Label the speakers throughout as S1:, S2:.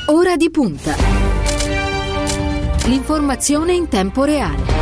S1: Ora di punta. L'informazione in tempo reale.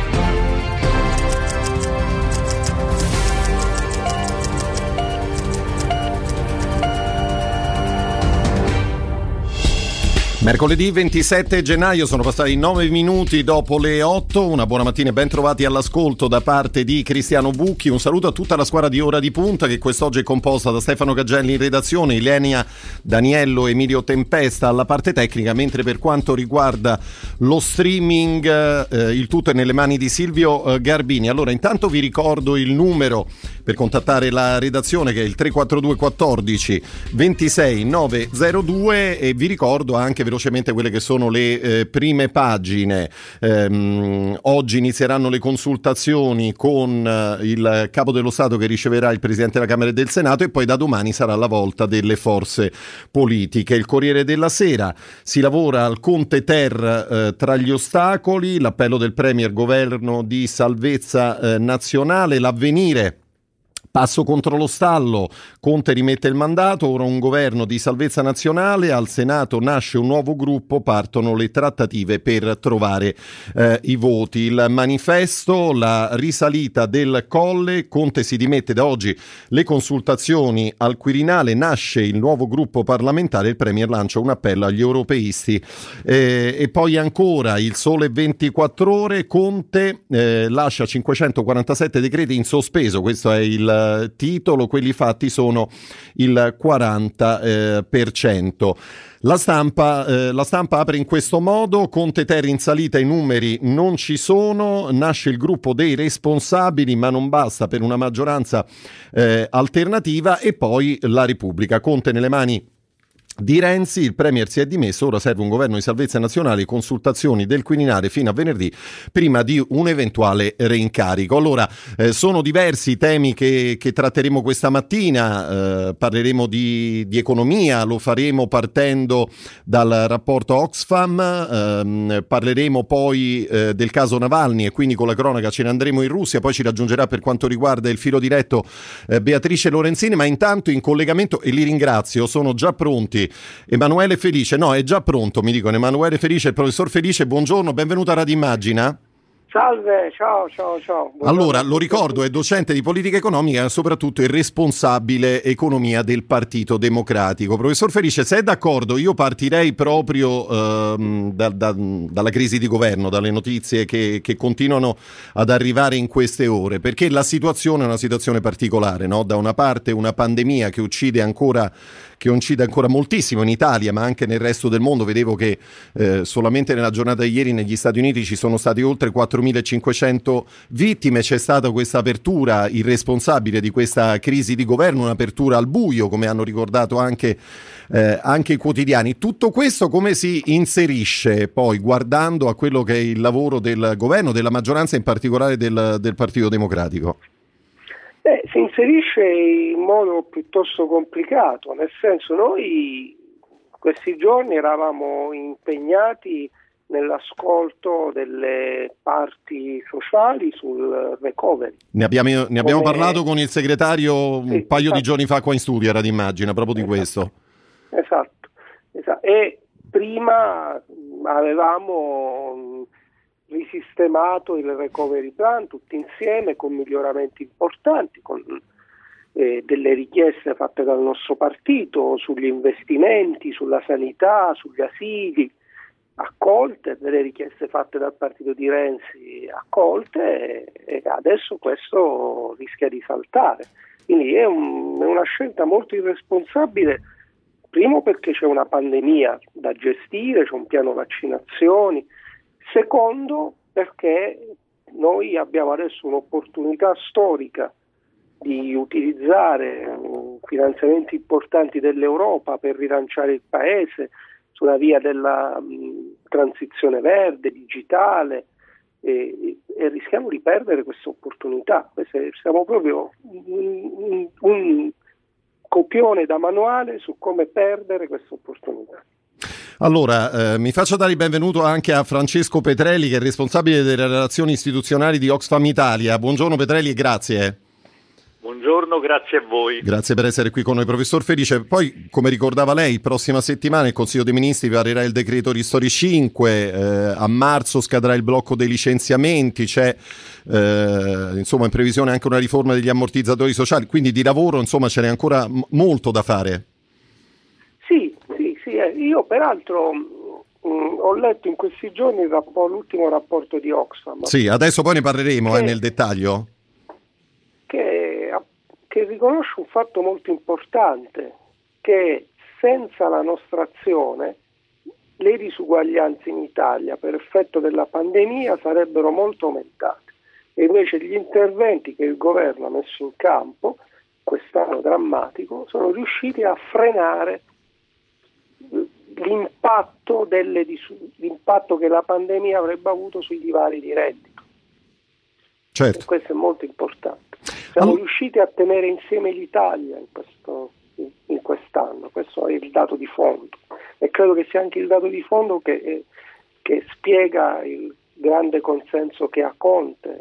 S2: Mercoledì 27 gennaio, sono passati 9 minuti dopo le 8, una buona mattina e ben trovati all'ascolto da parte di Cristiano Bucchi. Un saluto a tutta la squadra di Ora di Punta, che quest'oggi è composta da Stefano Cagelli in redazione, Ilenia Daniello, Emilio Tempesta alla parte tecnica, mentre per quanto riguarda lo streaming il tutto è nelle mani di Silvio Garbini. Allora, intanto vi ricordo il numero per contattare la redazione, che è il 342 14 26 902, e vi ricordo anche velocemente quelle che sono le prime pagine. Oggi inizieranno le consultazioni con il Capo dello Stato, che riceverà il Presidente della Camera e del Senato, e poi da domani sarà la volta delle forze politiche. Il Corriere della Sera: si lavora al Conte Ter tra gli ostacoli, l'appello del Premier, governo di salvezza nazionale. L'Avvenire: passo contro lo stallo, Conte rimette il mandato, ora un governo di salvezza nazionale, al Senato nasce un nuovo gruppo, partono le trattative per trovare i voti. Il Manifesto: la risalita del Colle, Conte si dimette, da oggi le consultazioni al Quirinale, nasce il nuovo gruppo parlamentare, il Premier lancia un appello agli europeisti. E poi ancora Il Sole 24 Ore, Conte lascia 547 decreti in sospeso, questo è il titolo, quelli fatti sono il 40%. La stampa apre in questo modo: Conte Ter in salita, i numeri non ci sono, nasce il gruppo dei responsabili ma non basta per una maggioranza alternativa. E poi La Repubblica: Conte nelle mani di Renzi, il Premier si è dimesso, ora serve un governo di salvezza nazionale, consultazioni del Quirinale fino a venerdì prima di un eventuale reincarico. Allora, sono diversi i temi che tratteremo questa mattina. Parleremo di economia, lo faremo partendo dal rapporto Oxfam, parleremo poi del caso Navalny, e quindi con la cronaca ce ne andremo in Russia, poi ci raggiungerà per quanto riguarda il filo diretto Beatrice Lorenzini, ma intanto in collegamento, e li ringrazio, sono già pronti Emanuele Felice, no, è già pronto, mi dicono Emanuele Felice, il professor Felice, buongiorno, benvenuto a Radio Immagina.
S3: Salve, ciao. Buongiorno.
S2: Allora, lo ricordo, è docente di politica economica e soprattutto il responsabile economia del Partito Democratico. Professor Felice, se è d'accordo, io partirei proprio dalla crisi di governo, dalle notizie che continuano ad arrivare in queste ore, perché la situazione è una situazione particolare, no? Da una parte una pandemia che uccide ancora moltissimo in Italia, ma anche nel resto del mondo. Vedevo che solamente nella giornata di ieri negli Stati Uniti ci sono stati oltre 4.500 vittime. C'è stata questa apertura irresponsabile di questa crisi di governo, un'apertura al buio, come hanno ricordato anche i quotidiani. Tutto questo come si inserisce poi, guardando a quello che è il lavoro del governo, della maggioranza, in particolare del Partito Democratico?
S3: Si inserisce in modo piuttosto complicato, nel senso, noi questi giorni eravamo impegnati nell'ascolto delle parti sociali sul recovery. Ne
S2: abbiamo parlato con il segretario un paio di giorni fa qua in studio, era di Immagina, proprio di questo.
S3: Esatto. E prima avevamo risistemato il recovery plan tutti insieme, con miglioramenti importanti, con delle richieste fatte dal nostro partito sugli investimenti, sulla sanità, sugli asili, accolte, delle richieste fatte dal partito di Renzi accolte, e adesso questo rischia di saltare. Quindi è una scelta molto irresponsabile, primo perché c'è una pandemia da gestire, c'è un piano vaccinazioni. Secondo, perché noi abbiamo adesso un'opportunità storica di utilizzare finanziamenti importanti dell'Europa per rilanciare il Paese sulla via della transizione verde, digitale, e rischiamo di perdere questa opportunità. Siamo proprio un copione da manuale su come perdere questa opportunità.
S2: Allora, mi faccio dare il benvenuto anche a Francesco Petrelli, che è responsabile delle relazioni istituzionali di Oxfam Italia. Buongiorno Petrelli e grazie.
S4: Buongiorno, grazie a voi.
S2: Grazie per essere qui con noi, professor Felice. Poi, come ricordava lei, prossima settimana il Consiglio dei Ministri varerà il decreto Ristori 5, a marzo scadrà il blocco dei licenziamenti, c'è insomma in previsione anche una riforma degli ammortizzatori sociali, quindi di lavoro insomma ce n'è ancora molto da fare.
S3: Sì. Io peraltro ho letto in questi giorni l'ultimo rapporto di Oxfam.
S2: Sì, adesso poi ne parleremo nel dettaglio.
S3: Che riconosce un fatto molto importante, che senza la nostra azione le disuguaglianze in Italia per effetto della pandemia sarebbero molto aumentate, e invece gli interventi che il governo ha messo in campo quest'anno drammatico sono riusciti a frenare l'impatto che la pandemia avrebbe avuto sui divari di reddito.
S2: Certo.
S3: E questo è molto importante. Siamo riusciti a tenere insieme l'Italia in quest'anno, questo è il dato di fondo, e credo che sia anche il dato di fondo che spiega il grande consenso che ha Conte.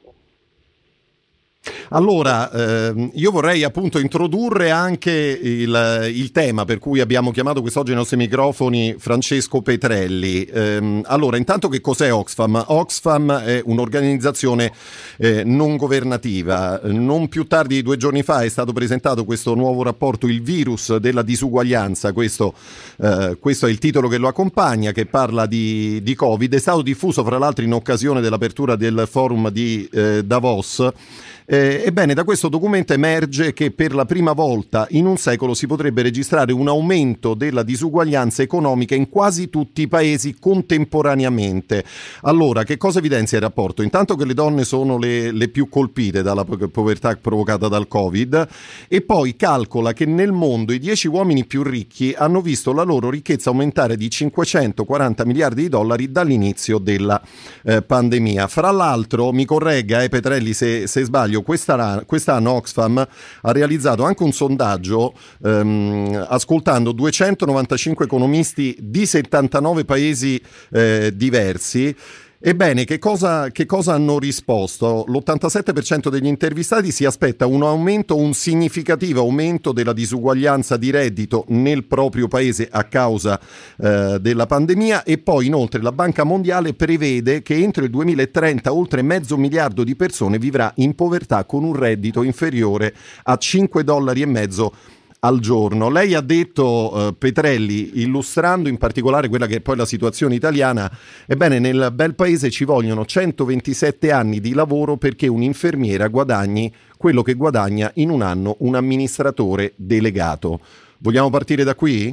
S2: Allora, io vorrei appunto introdurre anche il tema per cui abbiamo chiamato quest'oggi ai nostri microfoni Francesco Petrelli. Allora, intanto che cos'è Oxfam? Oxfam è un'organizzazione non governativa. Non più tardi di 2 giorni fa è stato presentato questo nuovo rapporto, Il virus della disuguaglianza, questo è il titolo che lo accompagna, che parla di Covid. È stato diffuso fra l'altro in occasione dell'apertura del forum di Davos. Ebbene, da questo documento emerge che per la prima volta in un secolo si potrebbe registrare un aumento della disuguaglianza economica in quasi tutti i paesi contemporaneamente. Allora, che cosa evidenzia il rapporto? Intanto che le donne sono le più colpite dalla povertà provocata dal Covid, e poi calcola che nel mondo i 10 uomini più ricchi hanno visto la loro ricchezza aumentare di 540 miliardi di dollari dall'inizio della pandemia. Fra l'altro, mi corregga Petrelli se sbaglio, quest'anno Oxfam ha realizzato anche un sondaggio ascoltando 295 economisti di 79 paesi diversi. Ebbene, che cosa hanno risposto? L'87% degli intervistati si aspetta un significativo aumento della disuguaglianza di reddito nel proprio paese a causa della pandemia, e poi inoltre la Banca Mondiale prevede che entro il 2030 oltre 500 milioni di persone vivrà in povertà con un reddito inferiore a $5,50 al giorno. Lei ha detto, Petrelli, illustrando in particolare quella che è poi la situazione italiana, ebbene nel bel paese ci vogliono 127 anni di lavoro perché un'infermiera guadagni quello che guadagna in un anno un amministratore delegato. Vogliamo partire da qui?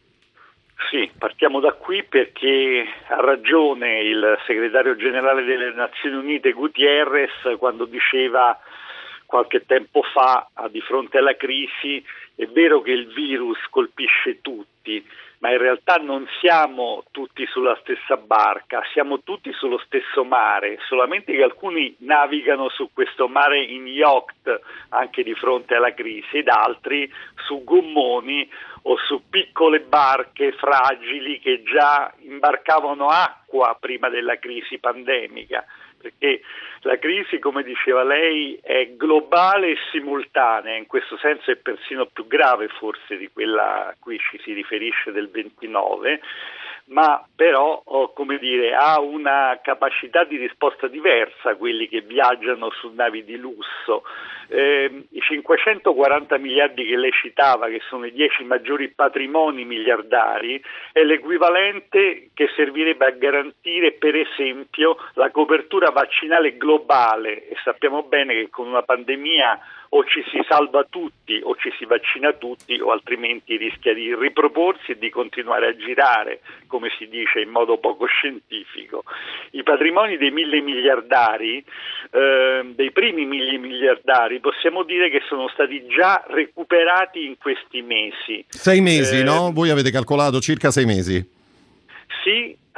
S4: Sì, partiamo da qui perché ha ragione il segretario generale delle Nazioni Unite Guterres quando diceva qualche tempo fa, di fronte alla crisi: è vero che il virus colpisce tutti, ma in realtà non siamo tutti sulla stessa barca, siamo tutti sullo stesso mare, solamente che alcuni navigano su questo mare in yacht anche di fronte alla crisi, ed altri su gommoni o su piccole barche fragili che già imbarcavano acqua prima della crisi pandemica. Perché la crisi, come diceva lei, è globale e simultanea, in questo senso è persino più grave forse di quella a cui ci si riferisce del 29, ma però, ha una capacità di risposta diversa quelli che viaggiano su navi di lusso. I 540 miliardi che lei citava, che sono i 10 maggiori patrimoni miliardari, è l'equivalente che servirebbe a garantire, per esempio, la copertura vaccinale globale, e sappiamo bene che con una pandemia o ci si salva tutti o ci si vaccina tutti, o altrimenti rischia di riproporsi e di continuare a girare, come si dice in modo poco scientifico. I patrimoni dei 1000 miliardari, dei primi 1000 miliardari, possiamo dire che sono stati già recuperati in questi mesi.
S2: 6 mesi, no? Voi avete calcolato circa 6 mesi.
S4: Sì,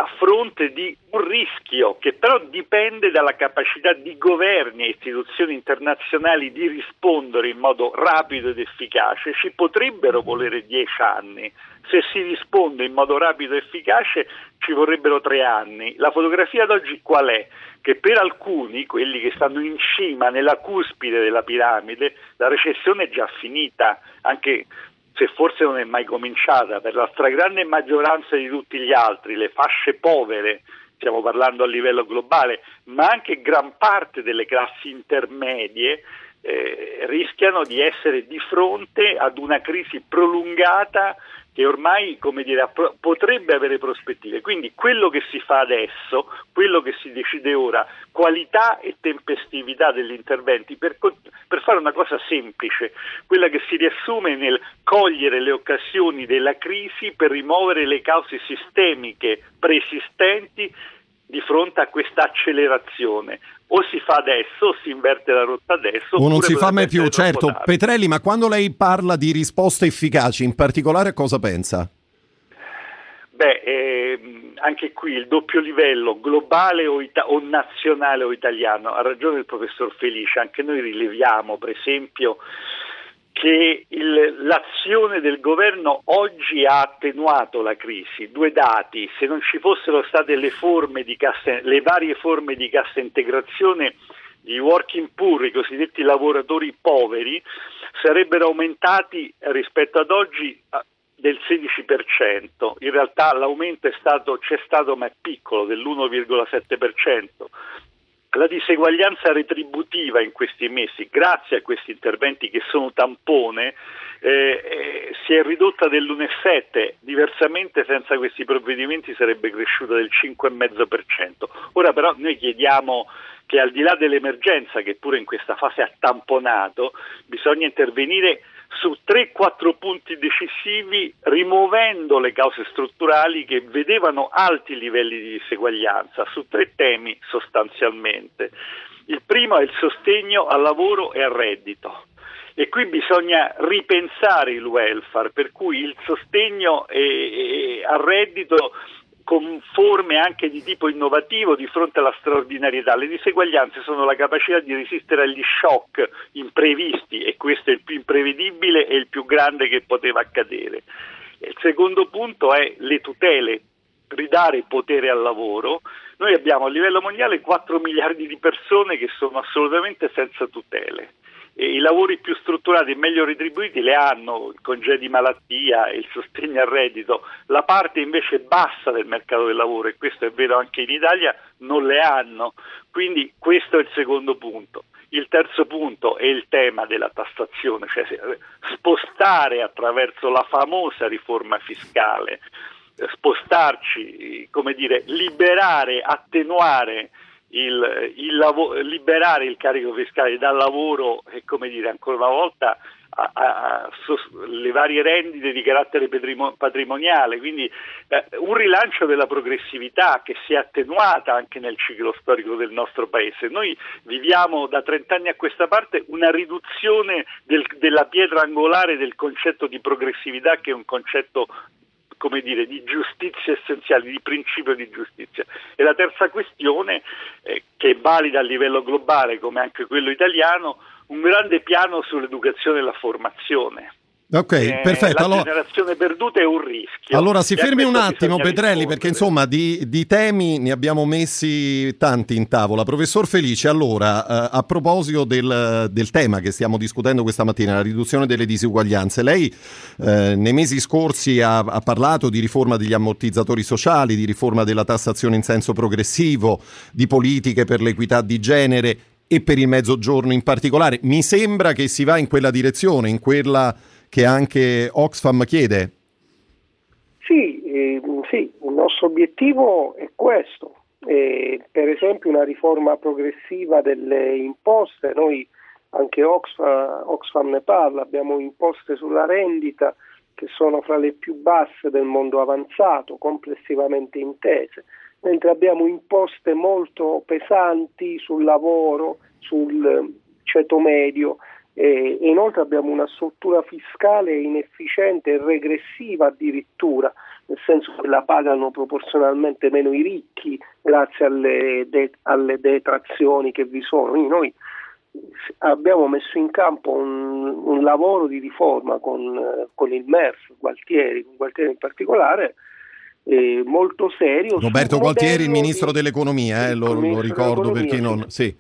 S4: a fronte di un rischio che però dipende dalla capacità di governi e istituzioni internazionali di rispondere in modo rapido ed efficace. Ci potrebbero volere 10 anni. Se si risponde in modo rapido e efficace ci vorrebbero 3 anni. La fotografia d'oggi qual è? Che per alcuni, quelli che stanno in cima, nella cuspide della piramide, la recessione è già finita, anche se forse non è mai cominciata. Per la stragrande maggioranza di tutti gli altri, le fasce povere, stiamo parlando a livello globale, ma anche gran parte delle classi intermedie rischiano di essere di fronte ad una crisi prolungata che ormai, come dire, potrebbe avere prospettive. Quindi quello che si fa adesso, quello che si decide ora, qualità e tempestività degli interventi, per fare una cosa semplice, quella che si riassume nel cogliere le occasioni della crisi per rimuovere le cause sistemiche preesistenti di fronte a questa accelerazione. O si fa adesso, o si inverte la rotta adesso,
S2: o non si fa mai più,
S4: certo.
S2: Tardi. Petrelli, ma quando lei parla di risposte efficaci, in particolare cosa pensa?
S4: Anche qui il doppio livello, globale o nazionale o italiano. Ha ragione il professor Felice, anche noi rileviamo, per esempio, che l'azione del governo oggi ha attenuato la crisi. 2 dati: se non ci fossero state le varie forme di cassa integrazione, gli working poor, i cosiddetti lavoratori poveri, sarebbero aumentati rispetto ad oggi del 16%. In realtà l'aumento c'è stato ma è piccolo, dell'1,7%. La diseguaglianza retributiva in questi mesi, grazie a questi interventi che sono tampone, si è ridotta dell'1,7%, diversamente senza questi provvedimenti sarebbe cresciuta del 5,5%. Ora però noi chiediamo che al di là dell'emergenza, che pure in questa fase ha tamponato, bisogna intervenire su 3-4 punti decisivi, rimuovendo le cause strutturali che vedevano alti livelli di diseguaglianza, su 3 temi sostanzialmente. Il primo è il sostegno al lavoro e al reddito, e qui bisogna ripensare il welfare, per cui il sostegno al reddito con forme anche di tipo innovativo di fronte alla straordinarietà. Le diseguaglianze sono la capacità di resistere agli shock imprevisti, e questo è il più imprevedibile e il più grande che poteva accadere. Il secondo punto è le tutele, ridare potere al lavoro. Noi abbiamo a livello mondiale 4 miliardi di persone che sono assolutamente senza tutele. E i lavori più strutturati e meglio retribuiti le hanno, il congedo di malattia e il sostegno al reddito. La parte invece bassa del mercato del lavoro, e questo è vero anche in Italia, non le hanno. Quindi questo è il secondo punto. Il terzo punto è il tema della tassazione, cioè spostare attraverso la famosa riforma fiscale, spostarci, come dire, liberare, attenuare liberare il carico fiscale dal lavoro e, come dire, ancora una volta le varie rendite di carattere patrimoniale, quindi un rilancio della progressività che si è attenuata anche nel ciclo storico del nostro paese. Noi viviamo da 30 anni a questa parte una riduzione della pietra angolare del concetto di progressività, che è un concetto, come dire, di giustizia essenziale, di principio di giustizia. E la terza questione, che è valida a livello globale come anche quello italiano, un grande piano sull'educazione e la formazione.
S2: Ok, perfetto.
S4: La generazione perduta è un rischio.
S2: Allora si fermi un attimo, Petrelli, perché insomma di temi ne abbiamo messi tanti in tavola. Professor Felice, allora a proposito del tema che stiamo discutendo questa mattina, la riduzione delle disuguaglianze, lei nei mesi scorsi ha parlato di riforma degli ammortizzatori sociali, di riforma della tassazione in senso progressivo, di politiche per l'equità di genere e per il Mezzogiorno in particolare. Mi sembra che si va in quella direzione, in quella che anche Oxfam chiede.
S3: Sì, il nostro obiettivo è questo. Per esempio una riforma progressiva delle imposte, noi anche Oxfam ne parla, abbiamo imposte sulla rendita che sono fra le più basse del mondo avanzato, complessivamente intese, mentre abbiamo imposte molto pesanti sul lavoro, sul ceto medio, e inoltre abbiamo una struttura fiscale inefficiente e regressiva addirittura. nel senso che la pagano proporzionalmente meno i ricchi grazie alle detrazioni che vi sono. Quindi noi abbiamo messo in campo un lavoro di riforma con il MEF, Gualtieri in particolare, molto serio.
S2: Roberto Gualtieri, il ministro dell'economia, lo ricordo per chi non... Sì.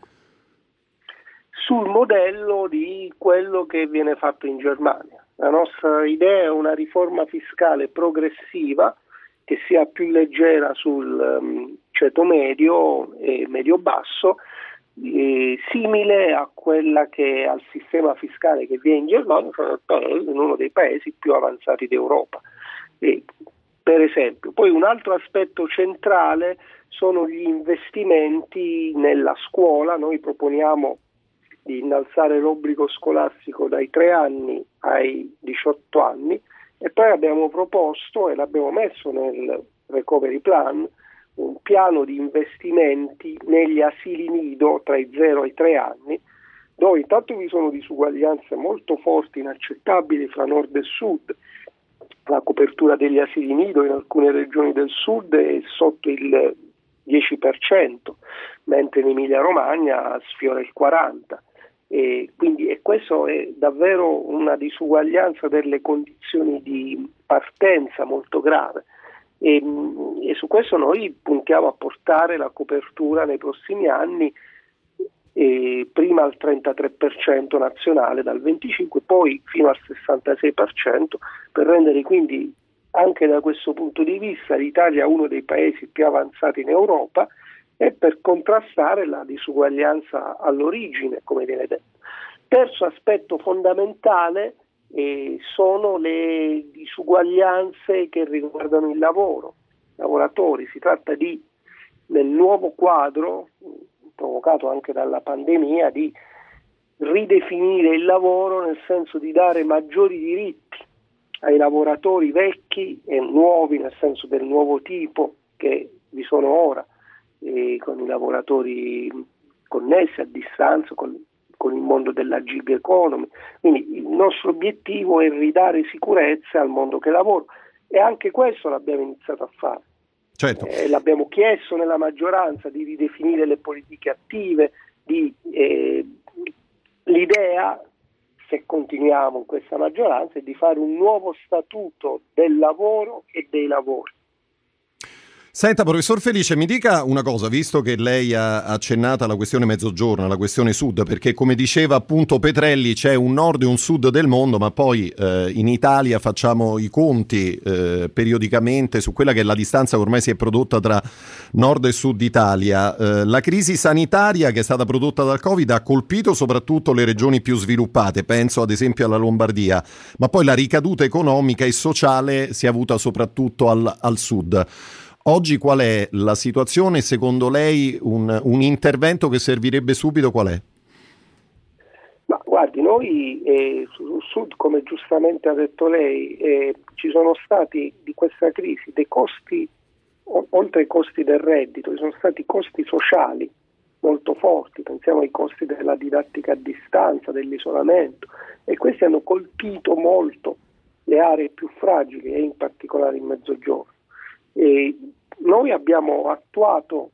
S3: Sul modello di quello che viene fatto in Germania. La nostra idea è una riforma fiscale progressiva che sia più leggera sul ceto medio e medio-basso, simile a quella che al sistema fiscale che vi è in Germania, in uno dei paesi più avanzati d'Europa. Per esempio, poi un altro aspetto centrale sono gli investimenti nella scuola. Noi proponiamo di innalzare l'obbligo scolastico dai 3 anni ai 18 anni e poi abbiamo proposto e l'abbiamo messo nel recovery plan un piano di investimenti negli asili nido tra i 0 e i 3 anni, dove intanto vi sono disuguaglianze molto forti, inaccettabili fra nord e sud. La copertura degli asili nido in alcune regioni del sud è sotto il 10%, mentre in Emilia-Romagna sfiora il 40%. E questo è davvero una disuguaglianza delle condizioni di partenza molto grave. E su questo noi puntiamo a portare la copertura nei prossimi anni prima al 33% nazionale dal 25%, poi fino al 66%, per rendere quindi anche da questo punto di vista l'Italia uno dei paesi più avanzati in Europa e per contrastare la disuguaglianza all'origine, come viene detto. Terzo aspetto fondamentale sono le disuguaglianze che riguardano il lavoro, lavoratori. Si tratta di, nel nuovo quadro provocato anche dalla pandemia, di ridefinire il lavoro nel senso di dare maggiori diritti ai lavoratori vecchi e nuovi, nel senso del nuovo tipo che vi sono ora, con i lavoratori connessi a distanza, con il mondo della gig economy. Quindi il nostro obiettivo è ridare sicurezza al mondo che lavora e anche questo l'abbiamo iniziato a fare.
S2: Certo.
S3: L'abbiamo chiesto nella maggioranza di ridefinire le politiche attive, l'idea, se continuiamo in questa maggioranza, è di fare un nuovo statuto del lavoro e dei lavori.
S2: Senta, professor Felice, mi dica una cosa, visto che lei ha accennato alla questione mezzogiorno, alla questione sud, perché come diceva appunto Petrelli c'è un nord e un sud del mondo, ma poi in Italia facciamo i conti periodicamente su quella che è la distanza che ormai si è prodotta tra nord e sud Italia. La crisi sanitaria che è stata prodotta dal Covid ha colpito soprattutto le regioni più sviluppate, penso ad esempio alla Lombardia, ma poi la ricaduta economica e sociale si è avuta soprattutto al sud. Oggi qual è la situazione? Secondo lei un intervento che servirebbe subito qual è?
S3: Ma guardi, noi sul sud, come giustamente ha detto lei, ci sono stati di questa crisi dei costi, oltre ai costi del reddito, ci sono stati costi sociali molto forti, pensiamo ai costi della didattica a distanza, dell'isolamento, e questi hanno colpito molto le aree più fragili e in particolare il Mezzogiorno. Noi abbiamo attuato,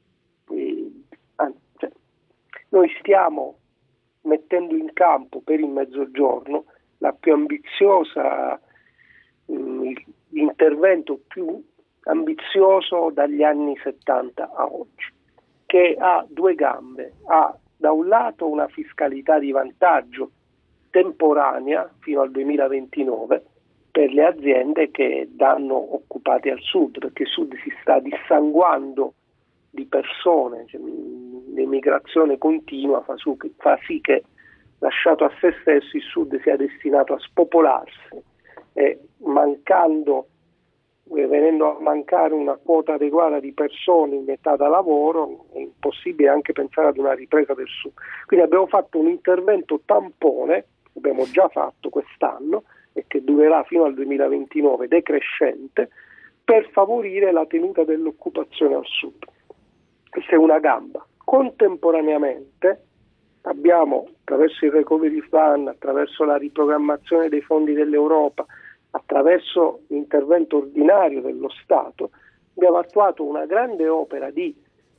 S3: noi stiamo mettendo in campo per il Mezzogiorno la più ambiziosa, l'intervento più ambizioso dagli anni 70 a oggi, che ha due gambe. Ha da un lato una fiscalità di vantaggio temporanea fino al 2029, per le aziende che danno occupati al sud, perché il sud si sta dissanguando di persone, l'emigrazione continua fa sì che, lasciato a se stesso, il sud sia destinato a spopolarsi e venendo a mancare una quota adeguata di persone in età da lavoro, è impossibile anche pensare ad una ripresa del sud. Quindi abbiamo fatto un intervento tampone, abbiamo già fatto quest'anno, e che durerà fino al 2029, decrescente, per favorire la tenuta dell'occupazione al sud. Questa è una gamba. Contemporaneamente abbiamo, attraverso il recovery plan, attraverso la riprogrammazione dei fondi dell'Europa, attraverso l'intervento ordinario dello Stato, abbiamo attuato una grande opera di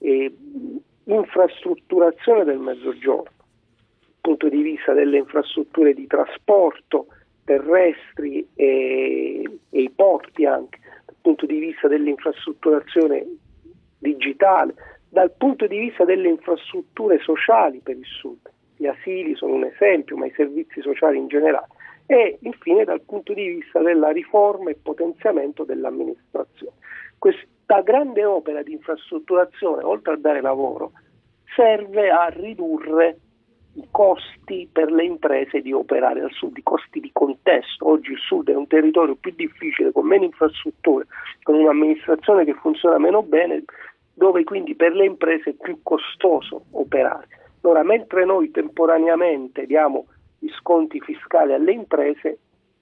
S3: infrastrutturazione del Mezzogiorno, dal punto di vista delle infrastrutture di trasporto terrestri e i porti, anche dal punto di vista dell'infrastrutturazione digitale, dal punto di vista delle infrastrutture sociali per il Sud. Gli asili sono un esempio, ma i servizi sociali in generale, e infine dal punto di vista della riforma e potenziamento dell'amministrazione. Questa grande opera di infrastrutturazione, oltre a dare lavoro, serve a ridurre i costi per le imprese di operare al Sud, i costi di contesto. Oggi il Sud è un territorio più difficile, con meno infrastrutture, con un'amministrazione che funziona meno bene, dove quindi per le imprese è più costoso operare. Allora, mentre noi temporaneamente diamo gli sconti fiscali alle imprese,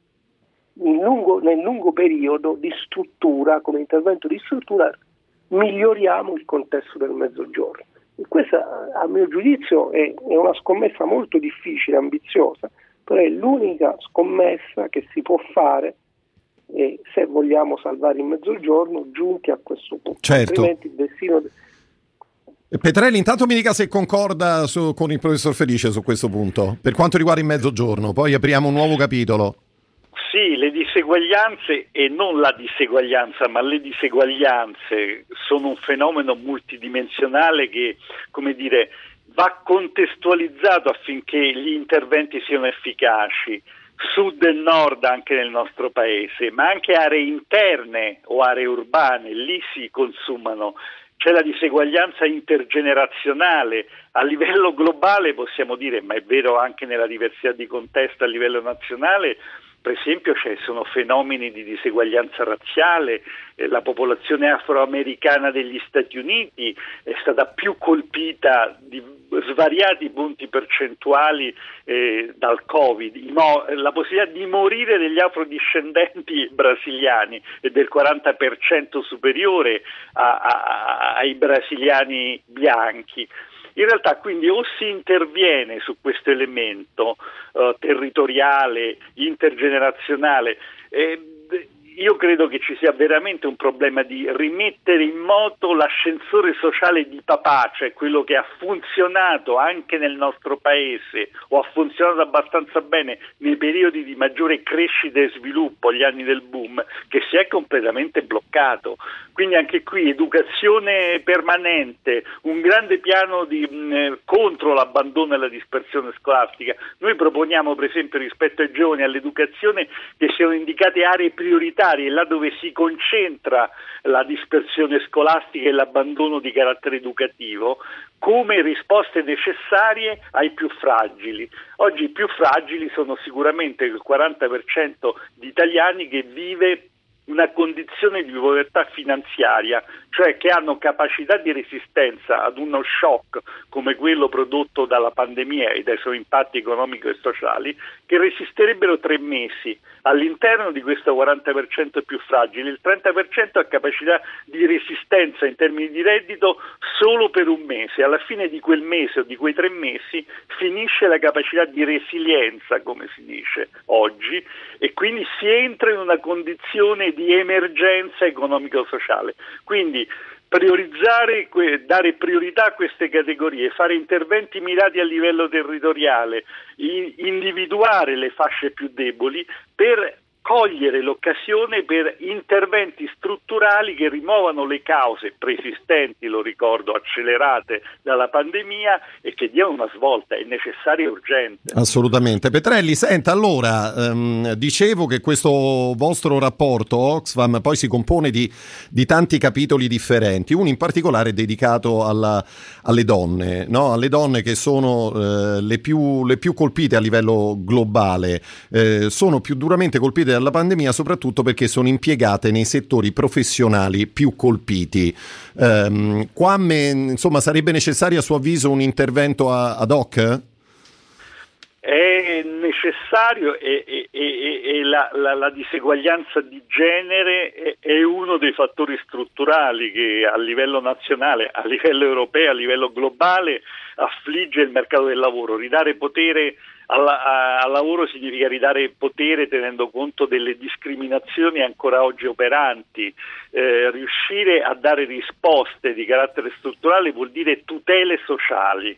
S3: nel lungo periodo di struttura, come intervento di struttura, miglioriamo il contesto del Mezzogiorno. E questa, a mio giudizio, è una scommessa molto difficile, ambiziosa, però è l'unica scommessa che si può fare se vogliamo salvare il Mezzogiorno giunti a questo punto.
S2: Certo.
S3: Altrimenti il destino...
S2: Petrelli, intanto mi dica se concorda con il professor Felice su questo punto, per quanto riguarda il Mezzogiorno, poi apriamo un nuovo capitolo.
S4: Sì, le diseguaglianze, e non la diseguaglianza, ma le diseguaglianze sono un fenomeno multidimensionale che, come dire, va contestualizzato affinché gli interventi siano efficaci. Sud e nord anche nel nostro paese, ma anche aree interne o aree urbane, lì si consumano. C'è la diseguaglianza intergenerazionale. A livello globale possiamo dire, ma è vero anche nella diversità di contesto a livello nazionale, per esempio sono fenomeni di diseguaglianza razziale. La popolazione afroamericana degli Stati Uniti è stata più colpita di svariati punti percentuali dal Covid. La possibilità di morire degli afrodiscendenti brasiliani è del 40% superiore ai brasiliani bianchi. In realtà quindi o si interviene su questo elemento territoriale, intergenerazionale, io credo che ci sia veramente un problema di rimettere in moto l'ascensore sociale di papà, cioè quello che ha funzionato anche nel nostro paese o ha funzionato abbastanza bene nei periodi di maggiore crescita e sviluppo, gli anni del boom, che si è completamente bloccato. Quindi anche qui educazione permanente, un grande piano contro l'abbandono e la dispersione scolastica. Noi proponiamo per esempio rispetto ai giovani all'educazione che siano indicate aree prioritarie, là dove si concentra la dispersione scolastica e l'abbandono di carattere educativo, come risposte necessarie ai più fragili. Oggi i più fragili sono sicuramente il 40% di italiani che vive una condizione di povertà finanziaria, cioè che hanno capacità di resistenza ad uno shock come quello prodotto dalla pandemia e dai suoi impatti economici e sociali, che resisterebbero 3 mesi. All'interno di questo 40% più fragile, il 30% ha capacità di resistenza in termini di reddito solo per 1 mese. Alla fine di quel mese o di quei 3 mesi finisce la capacità di resilienza, come si dice oggi, e quindi si entra in una condizione di emergenza economico-sociale. Quindi priorizzare, dare priorità a queste categorie, fare interventi mirati a livello territoriale, individuare le fasce più deboli per cogliere l'occasione per interventi strutturali che rimuovano le cause preesistenti, lo ricordo, accelerate dalla pandemia e che diano una svolta, è necessaria e urgente.
S2: Assolutamente. Petrelli, senta, allora, dicevo che questo vostro rapporto Oxfam poi si compone di tanti capitoli differenti, uno in particolare è dedicato alle donne, no? Alle donne che sono le più colpite a livello globale, sono più duramente colpite dalla pandemia soprattutto perché sono impiegate nei settori professionali più colpiti. Qua insomma sarebbe necessario a suo avviso un intervento ad hoc?
S4: È necessario e la diseguaglianza di genere è uno dei fattori strutturali che a livello nazionale, a livello europeo, a livello globale affligge il mercato del lavoro. Ridare potere al lavoro significa ridare potere tenendo conto delle discriminazioni ancora oggi operanti. Riuscire a dare risposte di carattere strutturale vuol dire tutele sociali.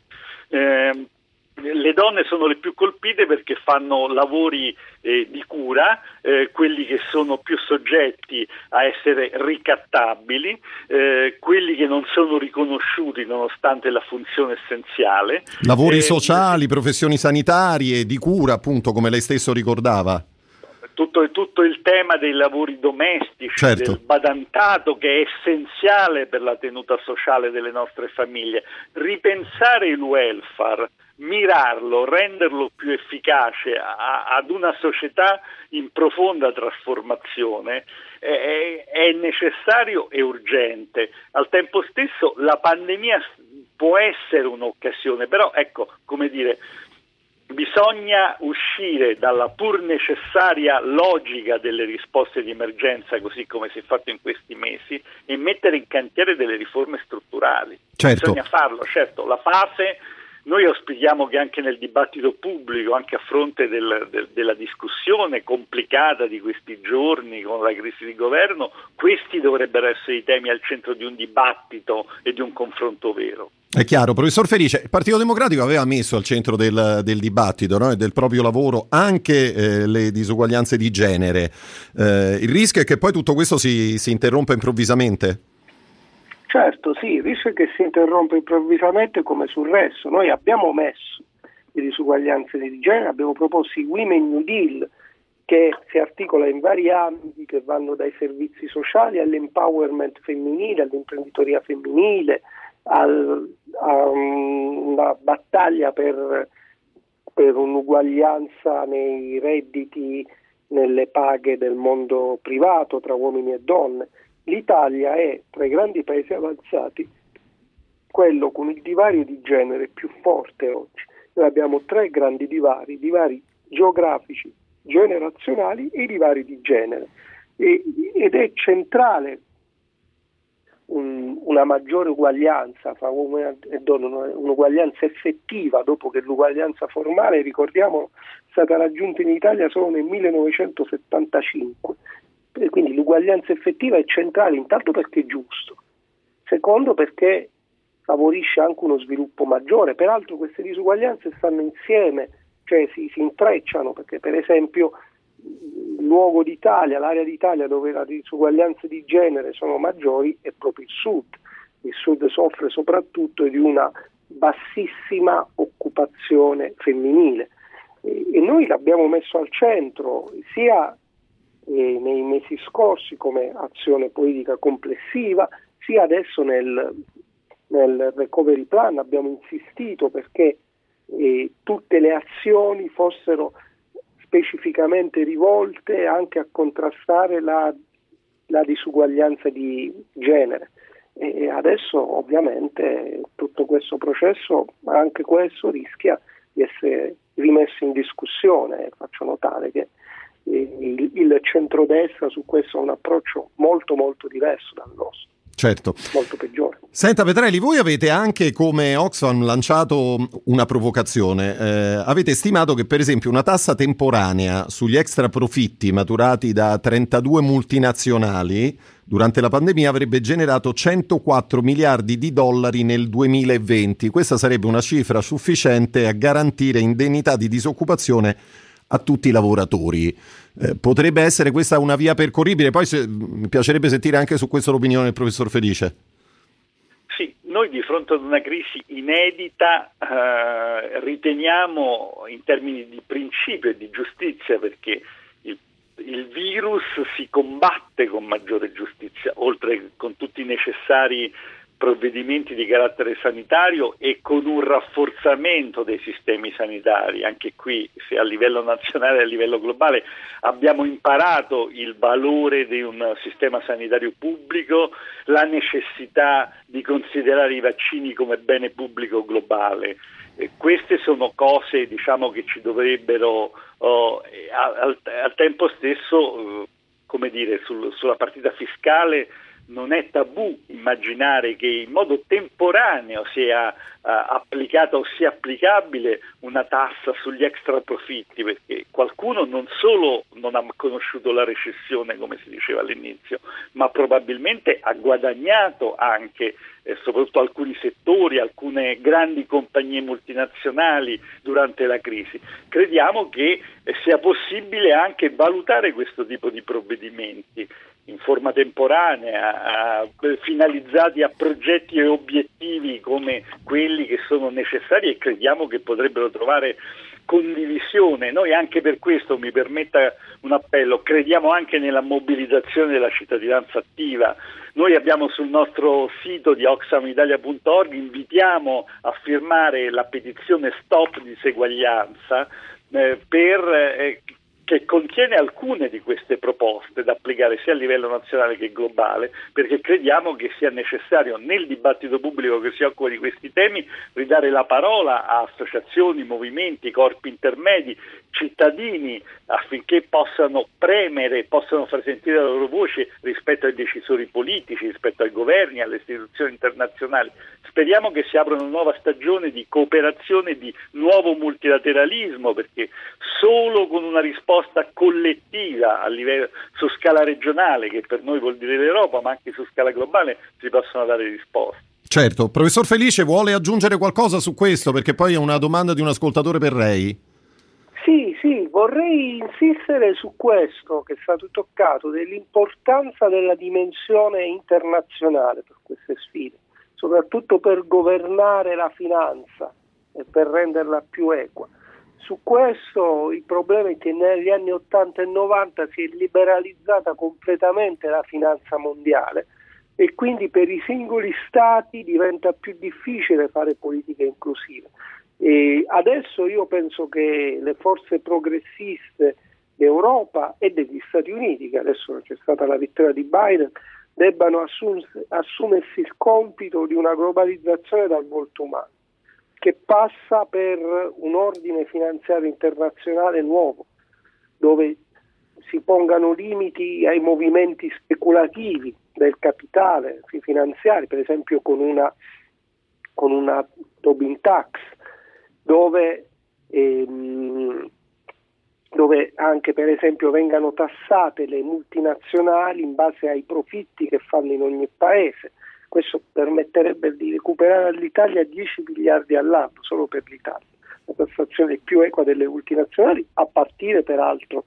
S4: Le donne sono le più colpite perché fanno lavori di cura, quelli che sono più soggetti a essere ricattabili, quelli che non sono riconosciuti nonostante la funzione essenziale.
S2: Lavori sociali, professioni sanitarie, di cura, appunto, come lei stesso ricordava.
S4: Tutto il tema dei lavori domestici,
S2: certo,
S4: del badantato, che è essenziale per la tenuta sociale delle nostre famiglie. Ripensare il welfare, mirarlo, renderlo più efficace ad una società in profonda trasformazione è necessario e urgente. Al tempo stesso la pandemia può essere un'occasione, però ecco, come dire, bisogna uscire dalla pur necessaria logica delle risposte di emergenza, così come si è fatto in questi mesi, e mettere in cantiere delle riforme strutturali.
S2: Certo.
S4: Bisogna farlo, certo, la fase. Noi auspichiamo che anche nel dibattito pubblico, anche a fronte della discussione complicata di questi giorni con la crisi di governo, questi dovrebbero essere i temi al centro di un dibattito e di un confronto vero.
S2: È chiaro. Professor Felice, il Partito Democratico aveva messo al centro del dibattito, no, e del proprio lavoro anche le disuguaglianze di genere. Il rischio è che poi tutto questo si interrompa improvvisamente?
S3: Certo, sì, il rischio è che si interrompa improvvisamente come sul resto. Noi abbiamo messo le disuguaglianze di genere, abbiamo proposto il Women New Deal, che si articola in vari ambiti che vanno dai servizi sociali all'empowerment femminile, all'imprenditoria femminile, a una battaglia per un'uguaglianza nei redditi, nelle paghe del mondo privato tra uomini e donne. L'Italia è, tra i grandi paesi avanzati, quello con il divario di genere più forte oggi. Noi abbiamo 3 grandi divari geografici, generazionali e i divari di genere. Ed è centrale una maggiore uguaglianza fra uomini e donne, un'uguaglianza effettiva, dopo che l'uguaglianza formale, ricordiamo, è stata raggiunta in Italia solo nel 1975. E quindi l'uguaglianza effettiva è centrale, intanto perché è giusto, secondo perché favorisce anche uno sviluppo maggiore. Peraltro queste disuguaglianze stanno insieme, cioè si intrecciano, perché per esempio il luogo d'Italia, l'area d'Italia dove le disuguaglianze di genere sono maggiori è proprio il Sud. Il Sud soffre soprattutto di una bassissima occupazione femminile e noi l'abbiamo messo al centro sia nei mesi scorsi come azione politica complessiva, sia adesso nel recovery plan abbiamo insistito perché tutte le azioni fossero specificamente rivolte anche a contrastare la disuguaglianza di genere. E adesso ovviamente tutto questo processo, anche questo, rischia di essere rimesso in discussione. Faccio notare che il centrodestra su questo ha un approccio molto molto diverso dal nostro.
S2: Certo.
S3: Molto peggiore.
S2: Senta Petrelli, voi avete anche come Oxfam lanciato una provocazione. Avete stimato che per esempio una tassa temporanea sugli extra profitti maturati da 32 multinazionali durante la pandemia avrebbe generato 104 miliardi di dollari nel 2020. Questa sarebbe una cifra sufficiente a garantire indennità di disoccupazione a tutti i lavoratori. Potrebbe essere questa una via percorribile? Poi mi piacerebbe sentire anche su questo l'opinione del professor Felice.
S4: Sì, noi di fronte ad una crisi inedita riteniamo in termini di principio e di giustizia, perché il virus si combatte con maggiore giustizia, oltre che con tutti i necessari provvedimenti di carattere sanitario e con un rafforzamento dei sistemi sanitari. Anche qui, se a livello nazionale e a livello globale, abbiamo imparato il valore di un sistema sanitario pubblico, la necessità di considerare i vaccini come bene pubblico globale. Queste sono cose, diciamo, che ci dovrebbero al tempo stesso, come dire, sulla partita fiscale non è tabù immaginare che in modo temporaneo sia applicata o sia applicabile una tassa sugli extra profitti, perché qualcuno non solo non ha conosciuto la recessione, come si diceva all'inizio, ma probabilmente ha guadagnato anche soprattutto alcuni settori, alcune grandi compagnie multinazionali durante la crisi. Crediamo che sia possibile anche valutare questo tipo di provvedimenti in forma temporanea, finalizzati a progetti e obiettivi come quelli che sono necessari e crediamo che potrebbero trovare condivisione. Noi anche per questo, mi permetta un appello, crediamo anche nella mobilitazione della cittadinanza attiva. Noi abbiamo sul nostro sito di oxfamitalia.org, invitiamo a firmare la petizione Stop Diseguaglianza che contiene alcune di queste proposte da applicare sia a livello nazionale che globale, perché crediamo che sia necessario nel dibattito pubblico che si occupa di questi temi ridare la parola a associazioni, movimenti, corpi intermedi, cittadini, affinché possano premere, possano far sentire la loro voce rispetto ai decisori politici, rispetto ai governi, alle istituzioni internazionali. Speriamo che si apra una nuova stagione di cooperazione, di nuovo multilateralismo, perché solo con una risposta collettiva a livello, su scala regionale, che per noi vuol dire l'Europa, ma anche su scala globale, si possono dare risposte.
S2: Certo. Professor Felice, vuole aggiungere qualcosa su questo? Perché poi è una domanda di un ascoltatore per lei.
S3: Sì, vorrei insistere su questo che è stato toccato, dell'importanza della dimensione internazionale per queste sfide, soprattutto per governare la finanza e per renderla più equa. Su questo il problema è che negli anni 80 e 90 si è liberalizzata completamente la finanza mondiale e quindi per i singoli stati diventa più difficile fare politiche inclusive. E adesso io penso che le forze progressiste d'Europa e degli Stati Uniti, che adesso c'è stata la vittoria di Biden, debbano assumersi il compito di una globalizzazione dal volto umano, che passa per un ordine finanziario internazionale nuovo, dove si pongano limiti ai movimenti speculativi del capitale finanziari, per esempio con una Tobin tax, dove anche per esempio vengano tassate le multinazionali in base ai profitti che fanno in ogni paese. Questo permetterebbe di recuperare all'Italia 10 miliardi all'anno solo per l'Italia, la tassazione più equa delle multinazionali, a partire peraltro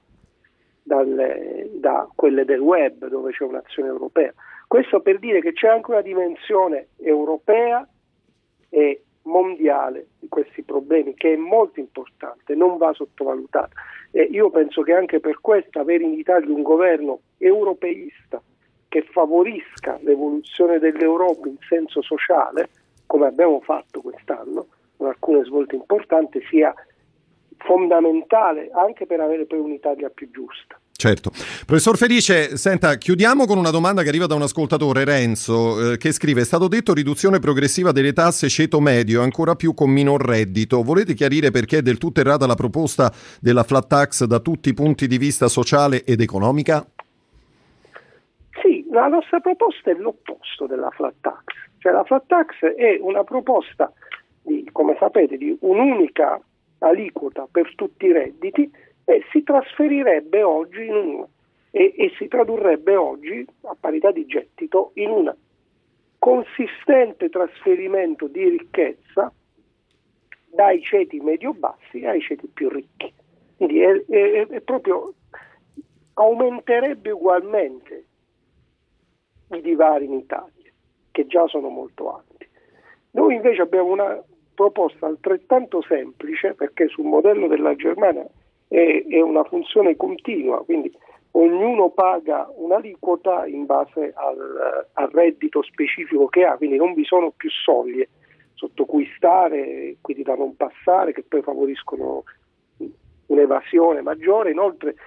S3: da quelle del web, dove c'è un'azione europea. Questo per dire che c'è anche una dimensione europea e mondiale di questi problemi che è molto importante, non va sottovalutata. E io penso che anche per questo avere in Italia un governo europeista che favorisca l'evoluzione dell'Europa in senso sociale, come abbiamo fatto quest'anno, con alcune svolte importanti, sia fondamentale anche per avere poi un'Italia più giusta.
S2: Certo. Professor Felice, senta, chiudiamo con una domanda che arriva da un ascoltatore, Renzo, che scrive: è stato detto riduzione progressiva delle tasse ceto medio, ancora più con minor reddito. Volete chiarire perché è del tutto errata la proposta della flat tax da tutti i punti di vista sociale ed economica?
S3: Sì, la nostra proposta è l'opposto della flat tax. Cioè la flat tax è una proposta come sapete, di un'unica aliquota per tutti i redditi e si trasferirebbe oggi e si tradurrebbe oggi, a parità di gettito, in un consistente trasferimento di ricchezza dai ceti medio-bassi ai ceti più ricchi. Quindi è proprio aumenterebbe ugualmente i divari in Italia, che già sono molto alti. Noi invece abbiamo una proposta altrettanto semplice, perché sul modello della Germania è una funzione continua, quindi ognuno paga un'aliquota in base al reddito specifico che ha, quindi non vi sono più soglie sotto cui stare, quindi da non passare, che poi favoriscono un'evasione maggiore. Inoltre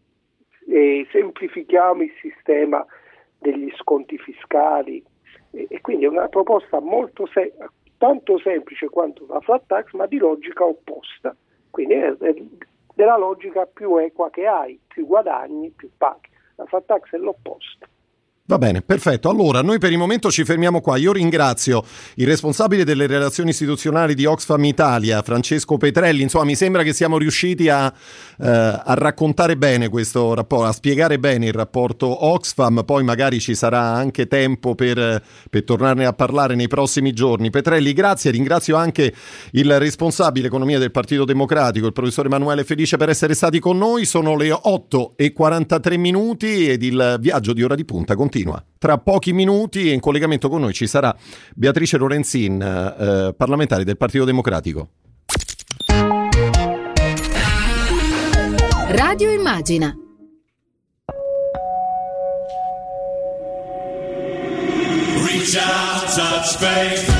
S3: semplifichiamo il sistema degli sconti fiscali e quindi è una proposta molto tanto semplice quanto la flat tax, ma di logica opposta, quindi è della logica più equa che hai, più guadagni, più paghi. La flat tax è l'opposto.
S2: Va bene, perfetto. Allora, noi per il momento ci fermiamo qua. Io ringrazio il responsabile delle relazioni istituzionali di Oxfam Italia, Francesco Petrelli. Insomma, mi sembra che siamo riusciti a raccontare bene questo rapporto, a spiegare bene il rapporto Oxfam. Poi magari ci sarà anche tempo per tornarne a parlare nei prossimi giorni. Petrelli, grazie. Ringrazio anche il responsabile economia del Partito Democratico, il professor Emanuele Felice, per essere stati con noi. Sono le 8:43 ed il viaggio di Ora di Punta continua. Tra pochi minuti in collegamento con noi ci sarà Beatrice Lorenzin, parlamentare del Partito Democratico.
S1: Radio Immagina.
S5: Reach out, touch faith.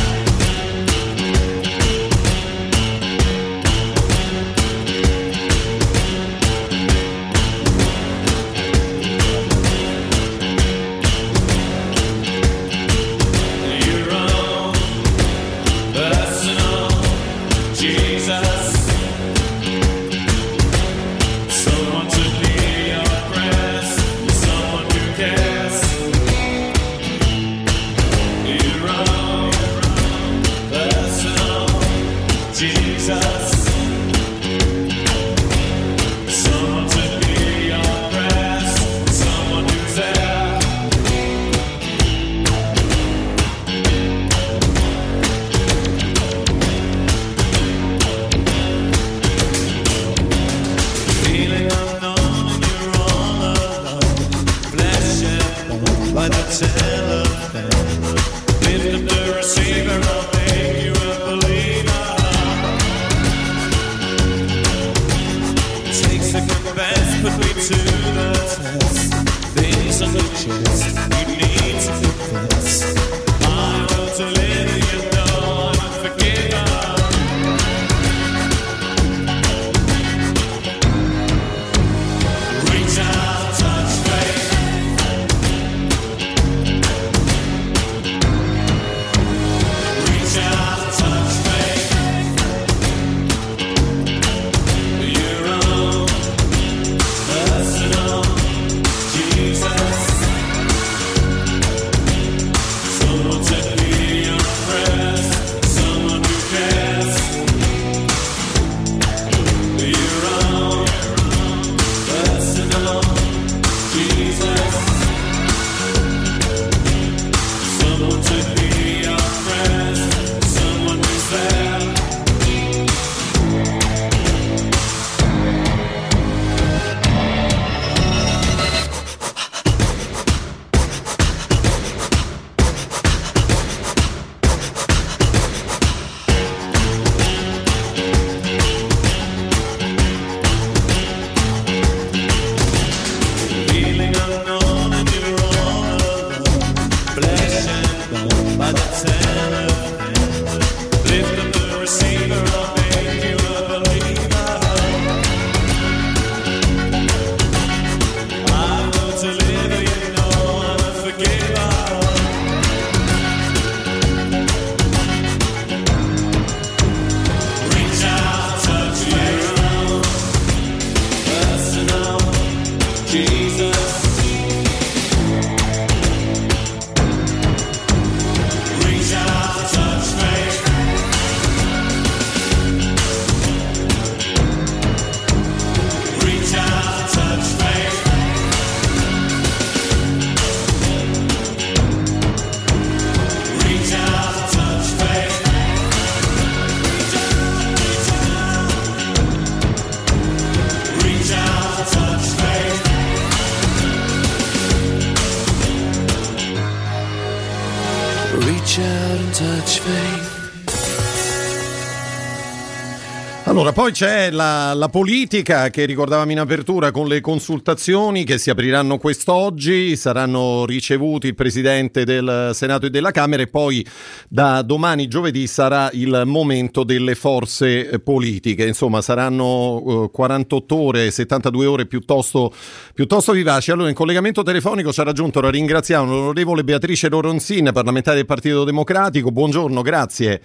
S2: Allora, poi c'è la politica che ricordavamo in apertura con le consultazioni che si apriranno quest'oggi, saranno ricevuti il Presidente del Senato e della Camera e poi da domani giovedì sarà il momento delle forze politiche. Insomma, saranno 48 ore, 72 ore piuttosto vivaci. Allora, in collegamento telefonico ci ha raggiunto, la ringraziamo, l'onorevole Beatrice Lorenzin, parlamentare del Partito Democratico. Buongiorno, grazie.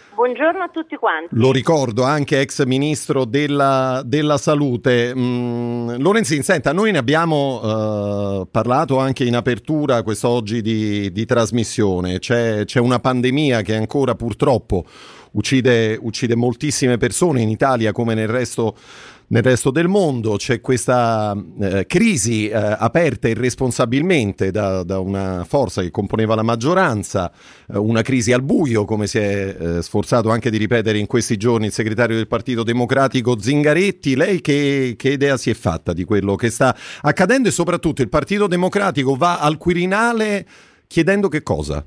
S6: Buongiorno a tutti quanti.
S2: Lo ricordo, anche ex ministro della salute. Lorenzin, senta, noi ne abbiamo parlato anche in apertura quest'oggi di trasmissione. C'è una pandemia che ancora purtroppo uccide moltissime persone in Italia come nel resto del mondo. C'è questa crisi aperta irresponsabilmente da una forza che componeva la maggioranza, una crisi al buio, come si è sforzato anche di ripetere in questi giorni il segretario del Partito Democratico Zingaretti. Lei che idea si è fatta di quello che sta accadendo, e soprattutto il Partito Democratico va al Quirinale chiedendo che cosa?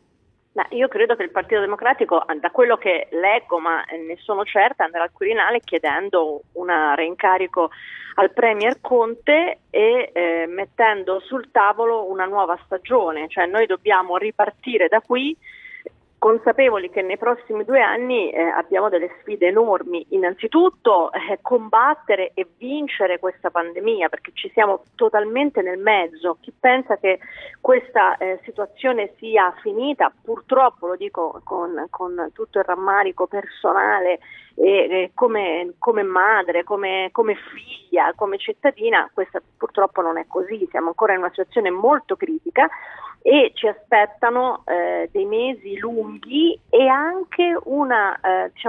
S6: Io credo che il Partito Democratico, da quello che leggo, ma ne sono certa, andrà al Quirinale chiedendo un reincarico al Premier Conte e mettendo sul tavolo una nuova stagione. Cioè noi dobbiamo ripartire da qui, consapevoli che nei prossimi 2 anni abbiamo delle sfide enormi. Innanzitutto combattere e vincere questa pandemia, perché ci siamo totalmente nel mezzo. Chi pensa che questa situazione sia finita, purtroppo, lo dico con tutto il rammarico personale e come madre, come figlia, come cittadina, questa purtroppo non è così. Siamo ancora in una situazione molto critica e ci aspettano dei mesi lunghi e anche una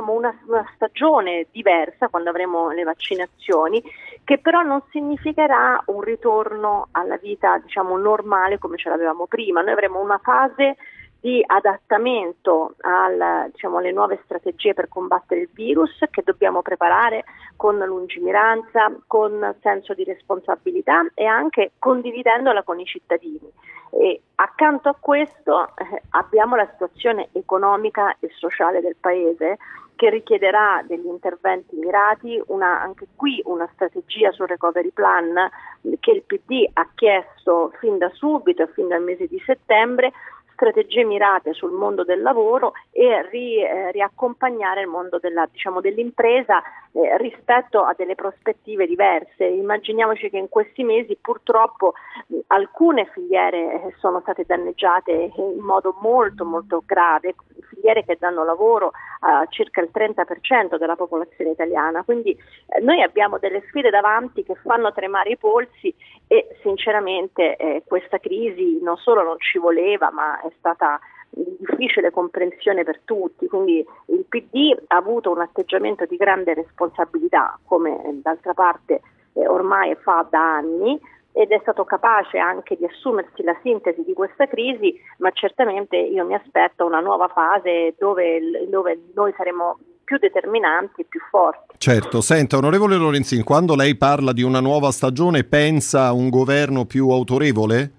S6: stagione diversa quando avremo le vaccinazioni, che però non significherà un ritorno alla vita normale come ce l'avevamo prima. Noi avremo una fase di adattamento alle nuove strategie per combattere il virus, che dobbiamo preparare con lungimiranza, con senso di responsabilità e anche condividendola con i cittadini. E accanto a questo abbiamo la situazione economica e sociale del Paese, che richiederà degli interventi mirati, anche qui una strategia sul recovery plan che il PD ha chiesto fin da subito e fin dal mese di settembre, strategie mirate sul mondo del lavoro e riaccompagnare il mondo dell'impresa rispetto a delle prospettive diverse. Immaginiamoci che in questi mesi purtroppo alcune filiere sono state danneggiate in modo molto molto grave, filiere che danno lavoro a circa il 30% della popolazione italiana. Quindi noi abbiamo delle sfide davanti che fanno tremare i polsi e sinceramente questa crisi non solo non ci voleva, ma è stata difficile comprensione per tutti. Quindi il PD ha avuto un atteggiamento di grande responsabilità, come d'altra parte ormai fa da anni, ed è stato capace anche di assumersi la sintesi di questa crisi, ma certamente io mi aspetto una nuova fase dove noi saremo più determinanti e più forti.
S2: Certo, senta, onorevole Lorenzin, quando lei parla di una nuova stagione pensa a un governo più autorevole?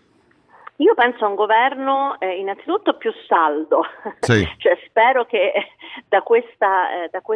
S6: Io penso a un governo innanzitutto più saldo,
S2: sì.
S6: Cioè spero che da questa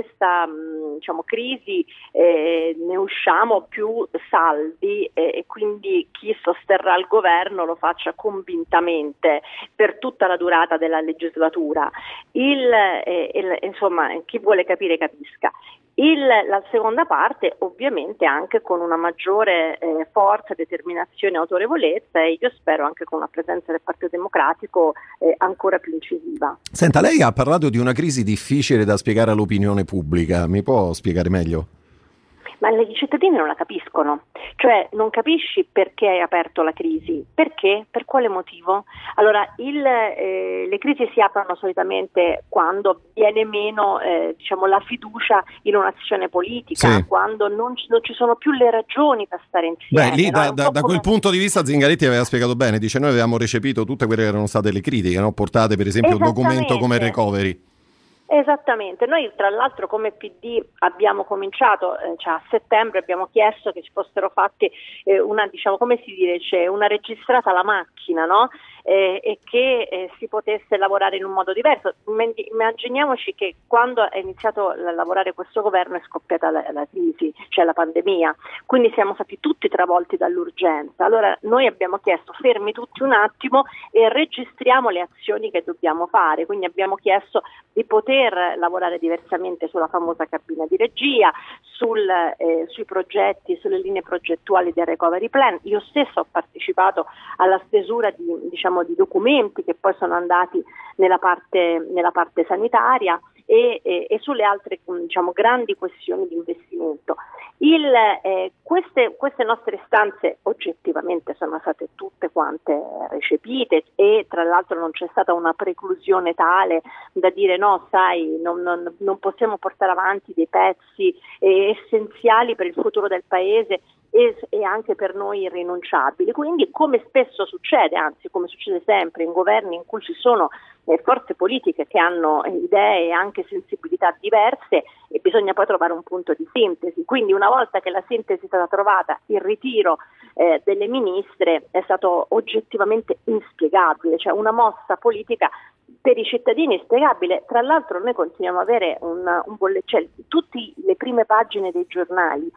S6: crisi ne usciamo più saldi e quindi chi sosterrà il governo lo faccia convintamente per tutta la durata della legislatura. Insomma, chi vuole capire capisca. La seconda parte ovviamente anche con una maggiore forza, determinazione e autorevolezza, e io spero anche con una presenza del Partito Democratico ancora più incisiva.
S2: Senta, lei ha parlato di una crisi difficile da spiegare all'opinione pubblica, mi può spiegare meglio?
S6: Ma i cittadini non la capiscono, cioè non capisci perché hai aperto la crisi, perché, per quale motivo? Allora le crisi si aprono solitamente quando viene meno la fiducia in un'azione politica, sì. Quando non ci sono più le ragioni per stare insieme.
S2: Beh, lì da quel punto di vista Zingaretti aveva spiegato bene, dice noi avevamo recepito tutte quelle che erano state le critiche, no? Portate per esempio un documento come il recovery.
S6: Esattamente, noi tra l'altro come PD abbiamo cominciato, a settembre abbiamo chiesto che ci fossero fatti una registrata alla macchina, no? E che si potesse lavorare in un modo diverso. Immaginiamoci che quando è iniziato a lavorare questo governo è scoppiata la crisi, cioè la pandemia, quindi siamo stati tutti travolti dall'urgenza. Allora noi abbiamo chiesto fermi tutti un attimo e registriamo le azioni che dobbiamo fare, quindi abbiamo chiesto di poter lavorare diversamente sulla famosa cabina di regia, sui progetti, sulle linee progettuali del recovery plan. Io stesso ho partecipato alla stesura di di documenti che poi sono andati nella parte sanitaria e sulle altre grandi questioni di investimento. Queste nostre istanze oggettivamente sono state tutte quante recepite e tra l'altro non c'è stata una preclusione tale da dire no, sai, non possiamo portare avanti dei pezzi essenziali per il futuro del Paese e anche per noi irrinunciabili. Quindi, come spesso succede, anzi come succede sempre in governi in cui ci sono forze politiche che hanno idee e anche sensibilità diverse, e bisogna poi trovare un punto di sintesi. Quindi una volta che la sintesi è stata trovata, il ritiro delle ministre è stato oggettivamente inspiegabile, cioè una mossa politica per i cittadini inspiegabile. Tra l'altro noi continuiamo ad avere cioè, tutte le prime pagine dei giornali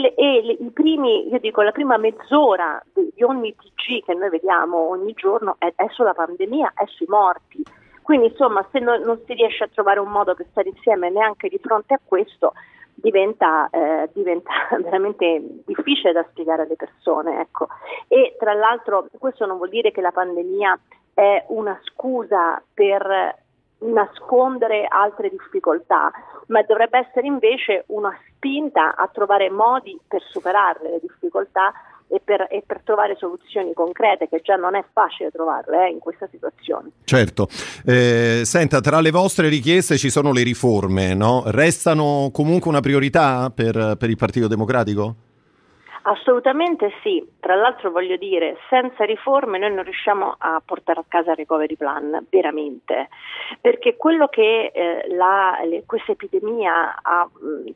S6: la prima mezz'ora di ogni TG che noi vediamo ogni giorno è sulla pandemia, è sui morti. Quindi insomma, se non si riesce a trovare un modo per stare insieme neanche di fronte a questo, diventa veramente difficile da spiegare alle persone, ecco. E tra l'altro questo non vuol dire che la pandemia è una scusa per nascondere altre difficoltà, ma dovrebbe essere invece una spinta a trovare modi per superarle le difficoltà e per trovare soluzioni concrete, che già non è facile trovarle in questa situazione.
S2: Certo. Senta, tra le vostre richieste ci sono le riforme, no? Restano comunque una priorità per il Partito Democratico?
S6: Assolutamente sì, tra l'altro voglio dire, senza riforme noi non riusciamo a portare a casa il recovery plan, veramente, perché quello che questa epidemia ha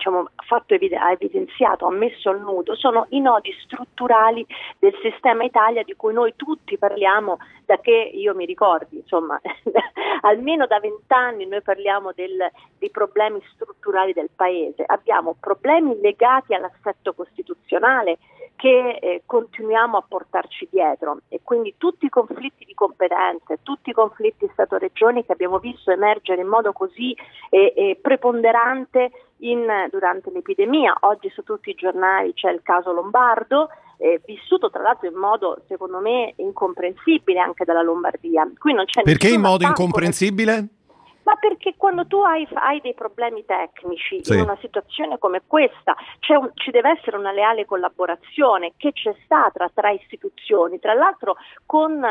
S6: evidenziato, ha messo al nudo, sono i nodi strutturali del sistema Italia di cui noi tutti parliamo da che io mi ricordi, insomma, almeno da 20 anni noi parliamo dei problemi strutturali del Paese. Abbiamo problemi legati all'assetto costituzionale che continuiamo a portarci dietro, e quindi tutti i conflitti di competenze, tutti i conflitti Stato-Regioni che abbiamo visto emergere in modo così preponderante durante l'epidemia. Oggi su tutti i giornali c'è il caso Lombardo, vissuto tra l'altro in modo secondo me incomprensibile anche dalla Lombardia. Qui non c'è
S2: Perché in modo incomprensibile?
S6: Ma perché quando tu hai dei problemi tecnici, sì, in una situazione come questa ci deve essere una leale collaborazione che c'è stata tra istituzioni, tra l'altro con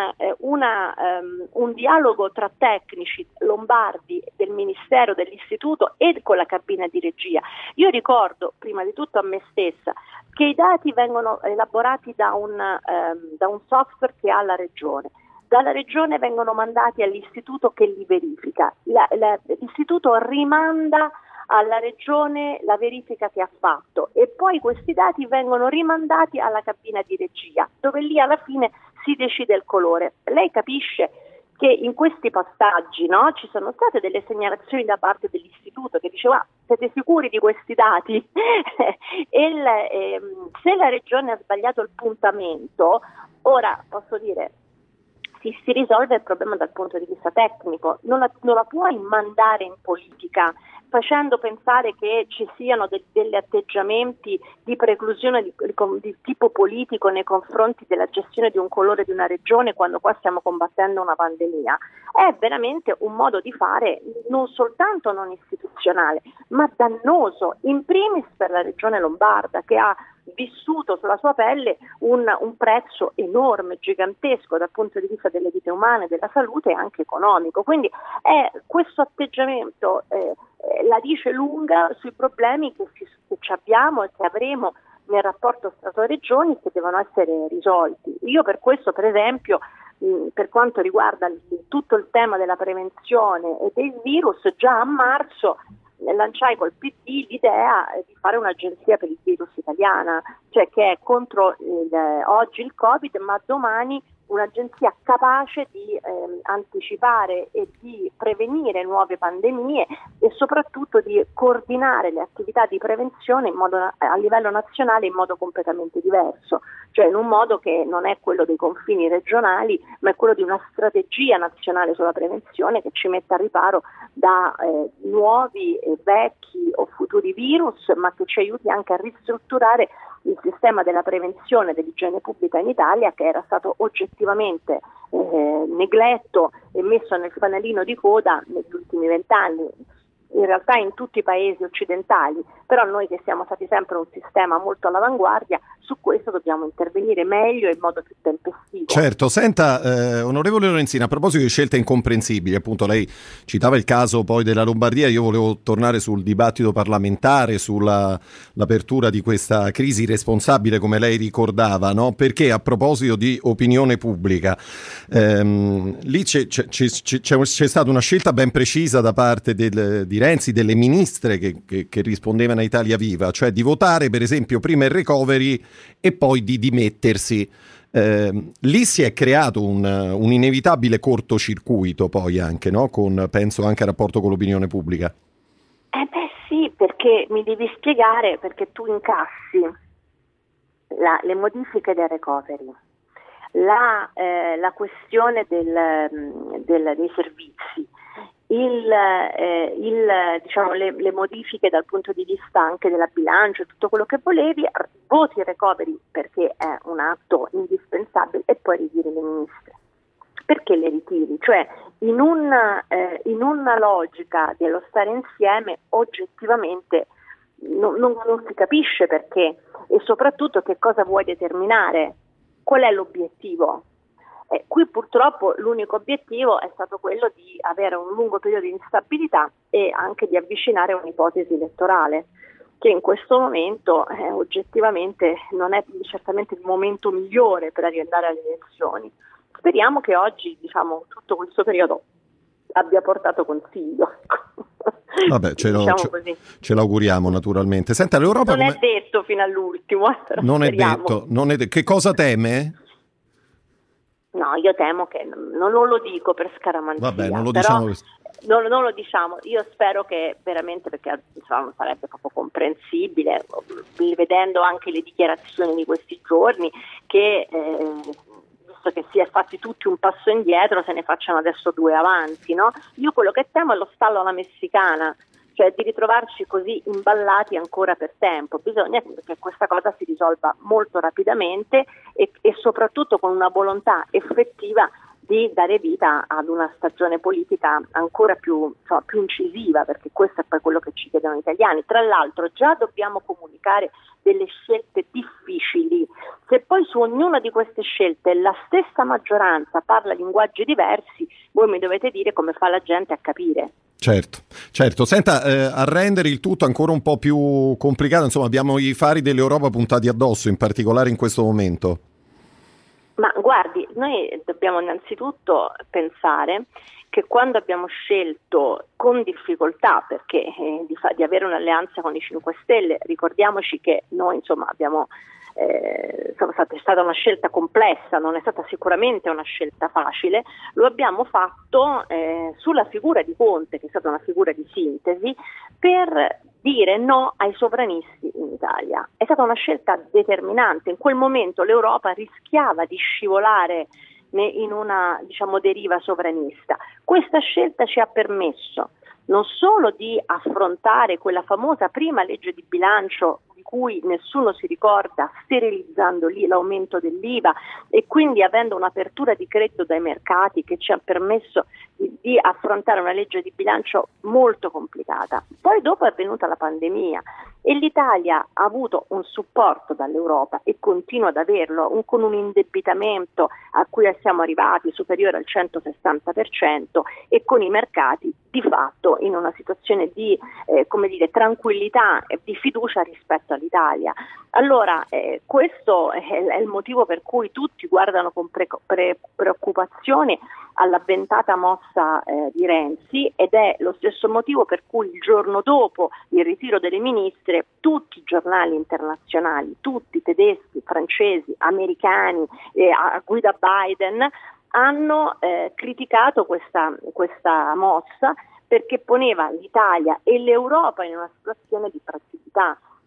S6: un dialogo tra tecnici lombardi del Ministero, dell'Istituto e con la cabina di regia. Io ricordo prima di tutto a me stessa che i dati vengono elaborati da un software che ha la Regione. Dalla Regione vengono mandati all'Istituto che li verifica. L'Istituto rimanda alla Regione la verifica che ha fatto e poi questi dati vengono rimandati alla cabina di regia, dove lì alla fine si decide il colore. Lei capisce che in questi passaggi, no, ci sono state delle segnalazioni da parte dell'Istituto che diceva: siete sicuri di questi dati? Se la Regione ha sbagliato il puntamento, ora posso dire si risolve il problema dal punto di vista tecnico, non la puoi mandare in politica facendo pensare che ci siano degli atteggiamenti di preclusione di tipo politico nei confronti della gestione di un colore di una regione quando qua stiamo combattendo una pandemia. È veramente un modo di fare non soltanto non istituzionale, ma dannoso, in primis per la regione lombarda, che ha vissuto sulla sua pelle un prezzo enorme, gigantesco dal punto di vista delle vite umane, della salute e anche economico. Quindi questo atteggiamento la dice lunga sui problemi che ci abbiamo e che avremo nel rapporto Stato-Regioni, che devono essere risolti. Io per questo, per esempio, per quanto riguarda tutto il tema della prevenzione e del virus, già a marzo lanciai col PD l'idea di fare un'agenzia per il virus italiana, cioè che è contro oggi il Covid, ma domani un'agenzia capace di anticipare e di prevenire nuove pandemie e soprattutto di coordinare le attività di prevenzione a livello nazionale in modo completamente diverso, cioè in un modo che non è quello dei confini regionali, ma è quello di una strategia nazionale sulla prevenzione che ci metta a riparo da nuovi, vecchi o futuri virus, ma che ci aiuti anche a ristrutturare il sistema della prevenzione dell'igiene pubblica in Italia, che era stato oggettivamente negletto e messo nel fanalino di coda negli ultimi 20 anni. In realtà in tutti i paesi occidentali, però noi che siamo stati sempre un sistema molto all'avanguardia, su questo dobbiamo intervenire meglio e in modo più tempestivo.
S2: Certo, senta, onorevole Lorenzin, a proposito di scelte incomprensibili, appunto lei citava il caso poi della Lombardia, io volevo tornare sul dibattito parlamentare, sull'apertura di questa crisi responsabile, come lei ricordava, no? Perché a proposito di opinione pubblica, lì c'è stata una scelta ben precisa da parte di Renzi, delle ministre che rispondevano a Italia Viva, cioè di votare per esempio prima il recovery e poi di dimettersi. Lì si è creato un inevitabile cortocircuito poi anche, no? Penso anche al rapporto con l'opinione pubblica.
S6: Sì, perché mi devi spiegare perché tu incassi le modifiche del recovery, la questione dei servizi, diciamo, le modifiche dal punto di vista anche della bilancia, tutto quello che volevi, voti il recovery perché è un atto indispensabile e poi ritiri le ministre. Perché le ritiri? Cioè in una logica dello stare insieme oggettivamente non si capisce perché, e soprattutto che cosa vuoi determinare, qual è l'obiettivo. Qui purtroppo l'unico obiettivo è stato quello di avere un lungo periodo di instabilità e anche di avvicinare un'ipotesi elettorale, che in questo momento oggettivamente non è certamente il momento migliore per andare alle elezioni. Speriamo che oggi, diciamo, tutto questo periodo abbia portato consiglio.
S2: Vabbè, ce l'auguriamo naturalmente. Senta, l'Europa
S6: non è detto fino all'ultimo.
S2: Non è detto. Che cosa teme?
S6: No, io temo che non lo dico per scaramanzia.
S2: Vabbè, non lo diciamo.
S6: Non lo diciamo. Io spero che veramente, perché non sarebbe proprio comprensibile, vedendo anche le dichiarazioni di questi giorni, che visto che si è fatti tutti un passo indietro, se ne facciano adesso 2 avanti, no? Io quello che temo è lo stallo alla messicana, cioè di ritrovarci così imballati ancora per tempo. Bisogna che questa cosa si risolva molto rapidamente e soprattutto con una volontà effettiva di dare vita ad una stagione politica ancora più incisiva, perché questo è poi quello che ci chiedono gli italiani. Tra l'altro già dobbiamo comunicare delle scelte difficili. Se poi su ognuna di queste scelte la stessa maggioranza parla linguaggi diversi, voi mi dovete dire come fa la gente a capire.
S2: Certo. Senta, a rendere il tutto ancora un po' più complicato, insomma, abbiamo i fari dell'Europa puntati addosso, in particolare in questo momento.
S6: Ma guardi, noi dobbiamo innanzitutto pensare che quando abbiamo scelto con difficoltà, perché di avere un'alleanza con i 5 Stelle, ricordiamoci che noi insomma abbiamo è stata una scelta complessa, non è stata sicuramente una scelta facile, lo abbiamo fatto sulla figura di Conte, che è stata una figura di sintesi, per dire no ai sovranisti in Italia. È stata una scelta determinante. In quel momento l'Europa rischiava di scivolare in una, deriva sovranista. Questa scelta ci ha permesso non solo di affrontare quella famosa prima legge di bilancio di cui nessuno si ricorda, sterilizzando lì l'aumento dell'IVA e quindi avendo un'apertura di credito dai mercati che ci ha permesso di affrontare una legge di bilancio molto complicata. Poi dopo è venuta la pandemia e l'Italia ha avuto un supporto dall'Europa e continua ad averlo, con un indebitamento a cui siamo arrivati superiore al 160% e con i mercati di fatto in una situazione di tranquillità e di fiducia rispetto all'Italia. Allora questo è il motivo per cui tutti guardano con preoccupazione all'avventata mossa di Renzi, ed è lo stesso motivo per cui il giorno dopo il ritiro delle ministre tutti i giornali internazionali, tutti tedeschi, francesi, americani, a guida Biden, hanno criticato questa mossa perché poneva l'Italia e l'Europa in una situazione di fragilità.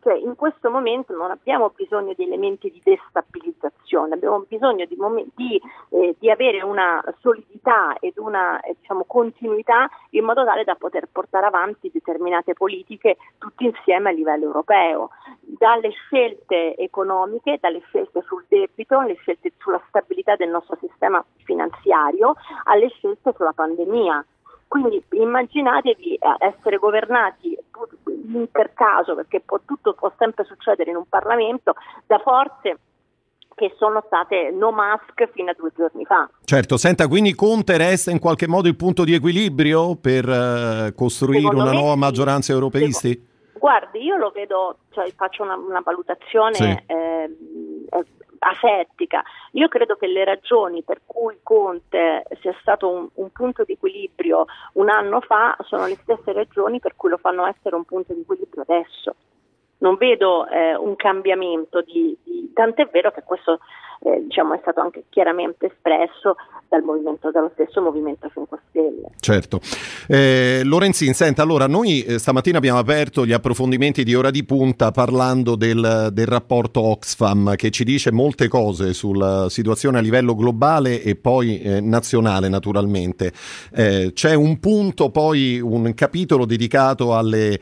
S6: che in questo momento non abbiamo bisogno di elementi di destabilizzazione, abbiamo bisogno di avere una solidità ed una continuità in modo tale da poter portare avanti determinate politiche tutti insieme a livello europeo, dalle scelte economiche, dalle scelte sul debito, le scelte sulla stabilità del nostro sistema finanziario, alle scelte sulla pandemia. Quindi immaginatevi essere governati per caso, perché tutto può sempre succedere in un Parlamento, da forze che sono state no mask fino a 2 giorni fa.
S2: Certo, senta, quindi Conte resta in qualche modo il punto di equilibrio per costruire
S6: Secondo
S2: una
S6: me
S2: nuova
S6: sì.
S2: maggioranza europeisti?
S6: Guardi, io lo vedo, faccio una valutazione
S2: Sì.
S6: asettica. Io credo che le ragioni per cui Conte sia stato un punto di equilibrio un anno fa sono le stesse ragioni per cui lo fanno essere un punto di equilibrio adesso. Non vedo un cambiamento tant'è vero che questo è stato anche chiaramente espresso dallo stesso Movimento 5 Stelle.
S2: Certo. Lorenzin, senta, allora noi stamattina abbiamo aperto gli approfondimenti di Ora di Punta parlando del rapporto Oxfam, che ci dice molte cose sulla situazione a livello globale e poi nazionale, naturalmente. C'è un punto, poi un capitolo dedicato alle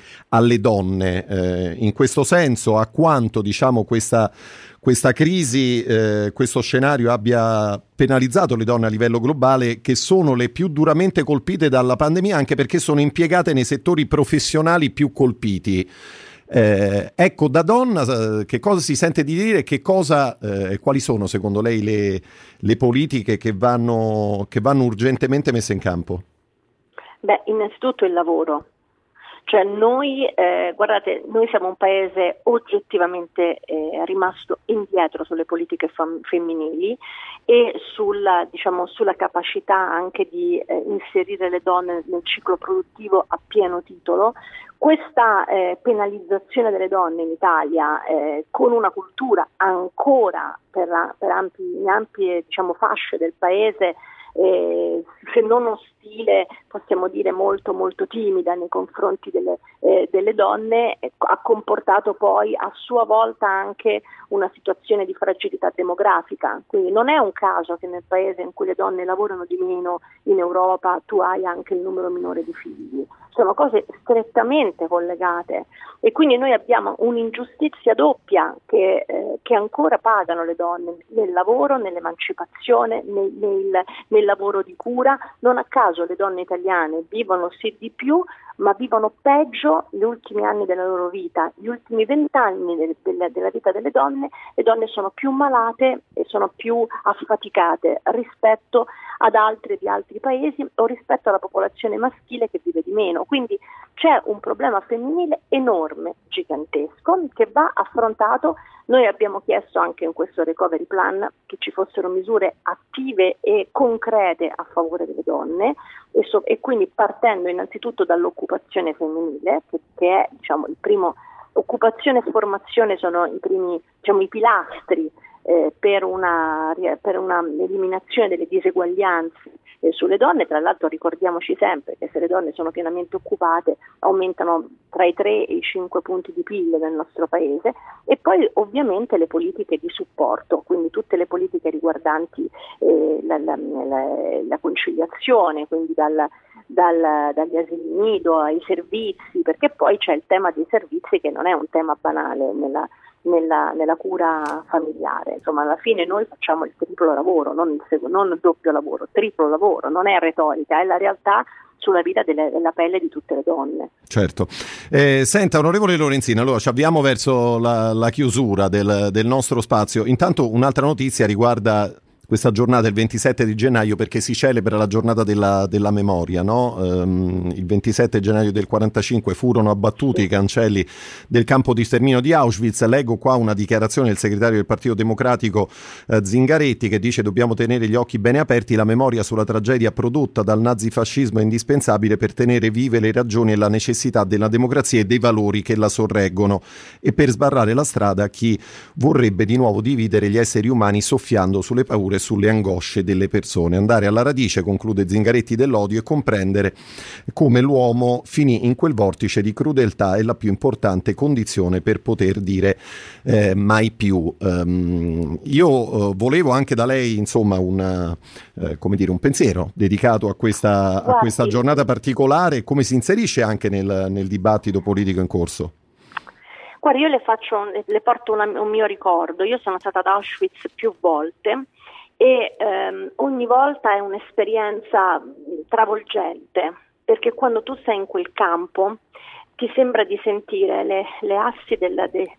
S2: donne. In questo senso, a quanto questa crisi, questo scenario abbia penalizzato le donne a livello globale, che sono le più duramente colpite dalla pandemia, anche perché sono impiegate nei settori professionali più colpiti. Ecco, da donna, che cosa si sente di dire, quali sono secondo lei le politiche che vanno urgentemente messe in campo?
S6: Beh, innanzitutto il lavoro. Cioè noi siamo un paese oggettivamente rimasto indietro sulle politiche femminili e sulla capacità anche di inserire le donne nel ciclo produttivo a pieno titolo. Questa penalizzazione delle donne in Italia, con una cultura ancora in ampie fasce del paese, se non ostile, possiamo dire molto molto timida nei confronti delle donne, ha comportato poi a sua volta anche una situazione di fragilità demografica. Quindi non è un caso che nel paese in cui le donne lavorano di meno in Europa tu hai anche il numero minore di figli. Sono cose strettamente collegate e quindi noi abbiamo un'ingiustizia doppia che ancora pagano le donne nel lavoro, nell'emancipazione, nel lavoro di cura. Non a caso le donne italiane vivono sì di più, ma vivono peggio gli ultimi anni della loro vita. Gli ultimi 20 anni della vita delle donne, le donne sono più malate e sono più affaticate rispetto ad altre di altri paesi o rispetto alla popolazione maschile che vive di meno. Quindi c'è un problema femminile enorme, gigantesco, che va affrontato. Noi abbiamo chiesto anche in questo recovery plan che ci fossero misure attive e concrete a favore delle donne e quindi partendo innanzitutto dall'occupazione femminile, che è il primo. Occupazione e formazione sono i pilastri per una eliminazione delle diseguaglianze sulle donne. Tra l'altro ricordiamoci sempre che se le donne sono pienamente occupate aumentano tra i 3 e i 5 punti di PIL nel nostro paese, e poi ovviamente le politiche di supporto, quindi tutte le politiche riguardanti la conciliazione, quindi dagli asili nido ai servizi, perché poi c'è il tema dei servizi che non è un tema banale nella cura familiare. Insomma, alla fine noi facciamo il triplo lavoro, non il doppio lavoro, triplo lavoro, non è retorica, è la realtà sulla vita della pelle di tutte le donne.
S2: Certo. Senta, onorevole Lorenzin, allora ci avviamo verso la chiusura del nostro spazio. Intanto un'altra notizia riguarda questa giornata, il 27 di gennaio, perché si celebra la giornata della memoria, no? Il 27 gennaio del 45 furono abbattuti i cancelli del campo di sterminio di Auschwitz. Leggo qua una dichiarazione del segretario del Partito Democratico Zingaretti, che dice: dobbiamo tenere gli occhi bene aperti, la memoria sulla tragedia prodotta dal nazifascismo è indispensabile per tenere vive le ragioni e la necessità della democrazia e dei valori che la sorreggono e per sbarrare la strada a chi vorrebbe di nuovo dividere gli esseri umani soffiando sulle paure sulle angosce delle persone. Andare alla radice, conclude Zingaretti, dell'odio e comprendere come l'uomo finì in quel vortice di crudeltà è la più importante condizione per poter dire mai più. Io volevo anche da lei, insomma, un pensiero dedicato a questa giornata particolare, come si inserisce anche nel dibattito politico in corso.
S6: Guarda, io le porto un mio ricordo. Io sono stata ad Auschwitz più volte e ogni volta è un'esperienza travolgente, perché quando tu sei in quel campo ti sembra di sentire le assi delle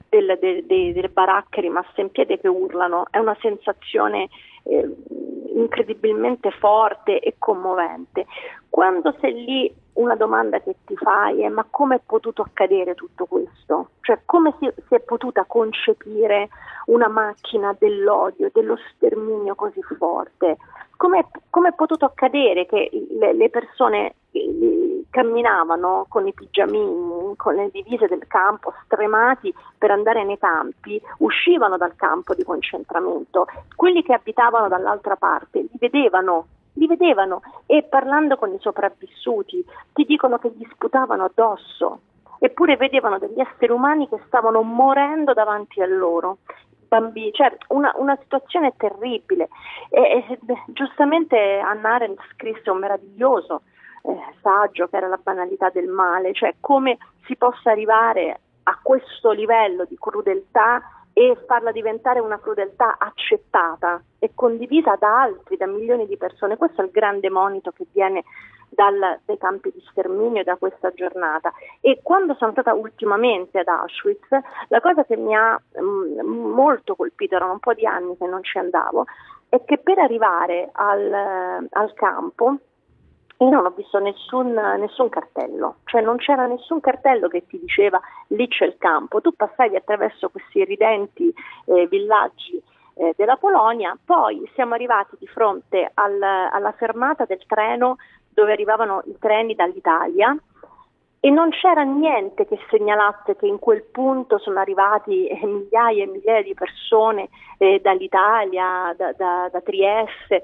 S6: baracche rimaste in piedi che urlano. È una sensazione incredibilmente forte e commovente. Quando sei lì, una domanda che ti fai è: ma come è potuto accadere tutto questo? Cioè, come si è potuta concepire una macchina dell'odio, dello sterminio così forte? Come è potuto accadere che le persone camminavano con i pigiamini, con le divise del campo, stremati per andare nei campi, uscivano dal campo di concentramento, quelli che abitavano dall'altra parte li vedevano e parlando con i sopravvissuti ti dicono che gli sputavano addosso, eppure vedevano degli esseri umani che stavano morendo davanti a loro. Bambini, cioè una situazione terribile. Giustamente Hannah Arendt scrisse un meraviglioso saggio che era La banalità del male, cioè come si possa arrivare a questo livello di crudeltà e farla diventare una crudeltà accettata e condivisa da altri, da milioni di persone. Questo è il grande monito che viene dai campi di sterminio e da questa giornata. E quando sono stata ultimamente ad Auschwitz, la cosa che mi ha molto colpito, erano un po' di anni che non ci andavo, è che per arrivare al campo io non ho visto nessun cartello, cioè non c'era nessun cartello che ti diceva lì c'è il campo. Tu passavi attraverso questi ridenti villaggi della Polonia, poi siamo arrivati di fronte alla fermata del treno dove arrivavano i treni dall'Italia e non c'era niente che segnalasse che in quel punto sono arrivati migliaia e migliaia di persone dall'Italia, da Trieste,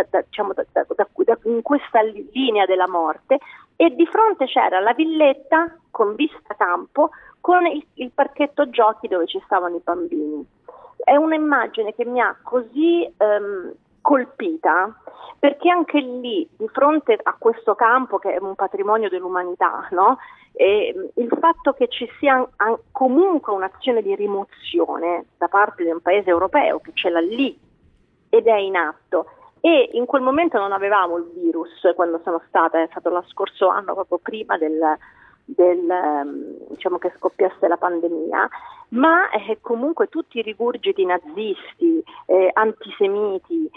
S6: in questa linea della morte, e di fronte c'era la villetta con vista campo con il parchetto giochi dove ci stavano i bambini. È un'immagine che mi ha così colpita, perché anche lì, di fronte a questo campo che è un patrimonio dell'umanità, no? Il fatto che ci sia comunque un'azione di rimozione da parte di un paese europeo che ce l'ha lì ed è in atto, e in quel momento non avevamo il virus quando sono stata, è stato lo scorso anno, proprio prima diciamo che scoppiasse la pandemia, ma comunque tutti i rigurgiti nazisti, antisemiti,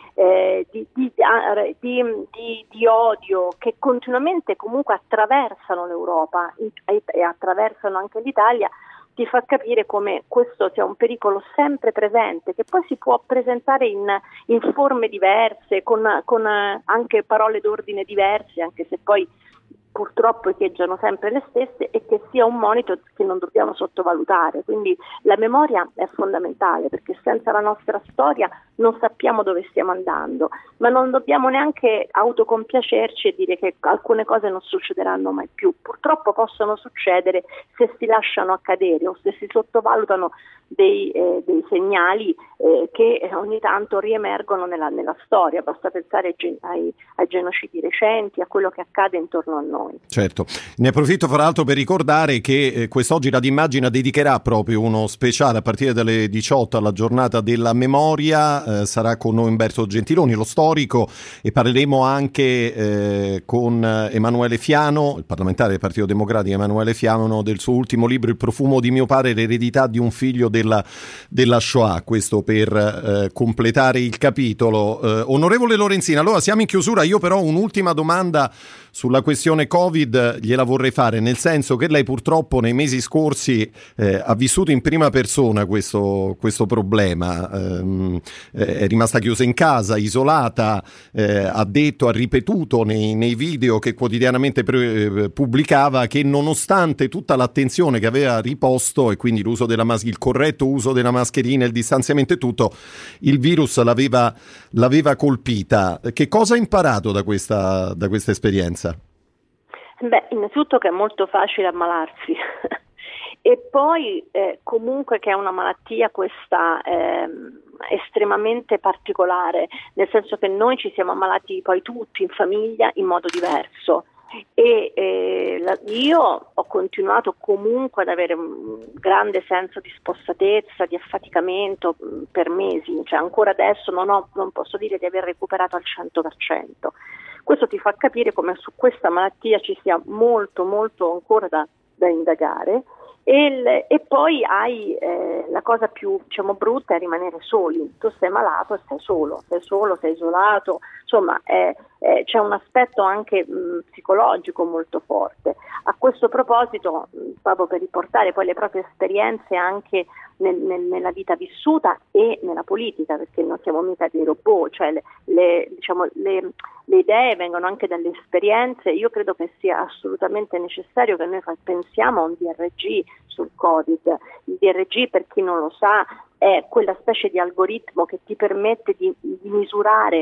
S6: di odio che continuamente comunque attraversano l'Europa e attraversano anche l'Italia, ti fa capire come questo sia un pericolo sempre presente, che poi si può presentare in forme diverse, con anche parole d'ordine diverse, anche se poi purtroppo echeggiano sempre le stesse, e che sia un monito che non dobbiamo sottovalutare. Quindi la memoria è fondamentale, perché senza la nostra storia non sappiamo dove stiamo andando, ma non dobbiamo neanche autocompiacerci e dire che alcune cose non succederanno mai più. Purtroppo possono succedere se si lasciano accadere o se si sottovalutano dei segnali che ogni tanto riemergono nella storia. Basta pensare ai genocidi recenti, a quello che accade intorno a noi.
S2: Certo, ne approfitto fra l'altro per ricordare che quest'oggi Radio Immagina dedicherà proprio uno speciale a partire dalle 18 alla giornata della memoria. Sarà con noi Umberto Gentiloni, lo storico, e parleremo anche con Emanuele Fiano, il parlamentare del Partito Democratico Emanuele Fiano, del suo ultimo libro Il profumo di mio padre, l'eredità di un figlio della Shoah, questo per completare il capitolo. Onorevole Lorenzin, allora siamo in chiusura, io però un'ultima domanda sulla questione Covid gliela vorrei fare, nel senso che lei purtroppo nei mesi scorsi ha vissuto in prima persona questo problema, è rimasta chiusa in casa, isolata, ha ripetuto nei video che quotidianamente pubblicava che nonostante tutta l'attenzione che aveva riposto, e quindi l'uso della il corretto uso della mascherina, il distanziamento e tutto, il virus l'aveva colpita. Che cosa ha imparato da questa esperienza?
S6: Innanzitutto che è molto facile ammalarsi e poi comunque che è una malattia questa estremamente particolare, nel senso che noi ci siamo ammalati poi tutti in famiglia in modo diverso. E io ho continuato comunque ad avere un grande senso di spossatezza, di affaticamento per mesi, cioè ancora adesso non posso dire di aver recuperato al 100%. Questo ti fa capire come su questa malattia ci sia molto molto ancora da indagare. E poi hai la cosa più brutta è rimanere soli. Tu sei malato e sei solo, sei isolato, insomma c'è un aspetto anche psicologico molto forte. A questo proposito, proprio per riportare poi le proprie esperienze anche nella vita vissuta e nella politica, perché non siamo mica dei robot, cioè le idee vengono anche dalle esperienze. Io credo che sia assolutamente necessario che noi pensiamo a un DRG sul Covid. Il DRG, per chi non lo sa, è quella specie di algoritmo che ti permette di misurare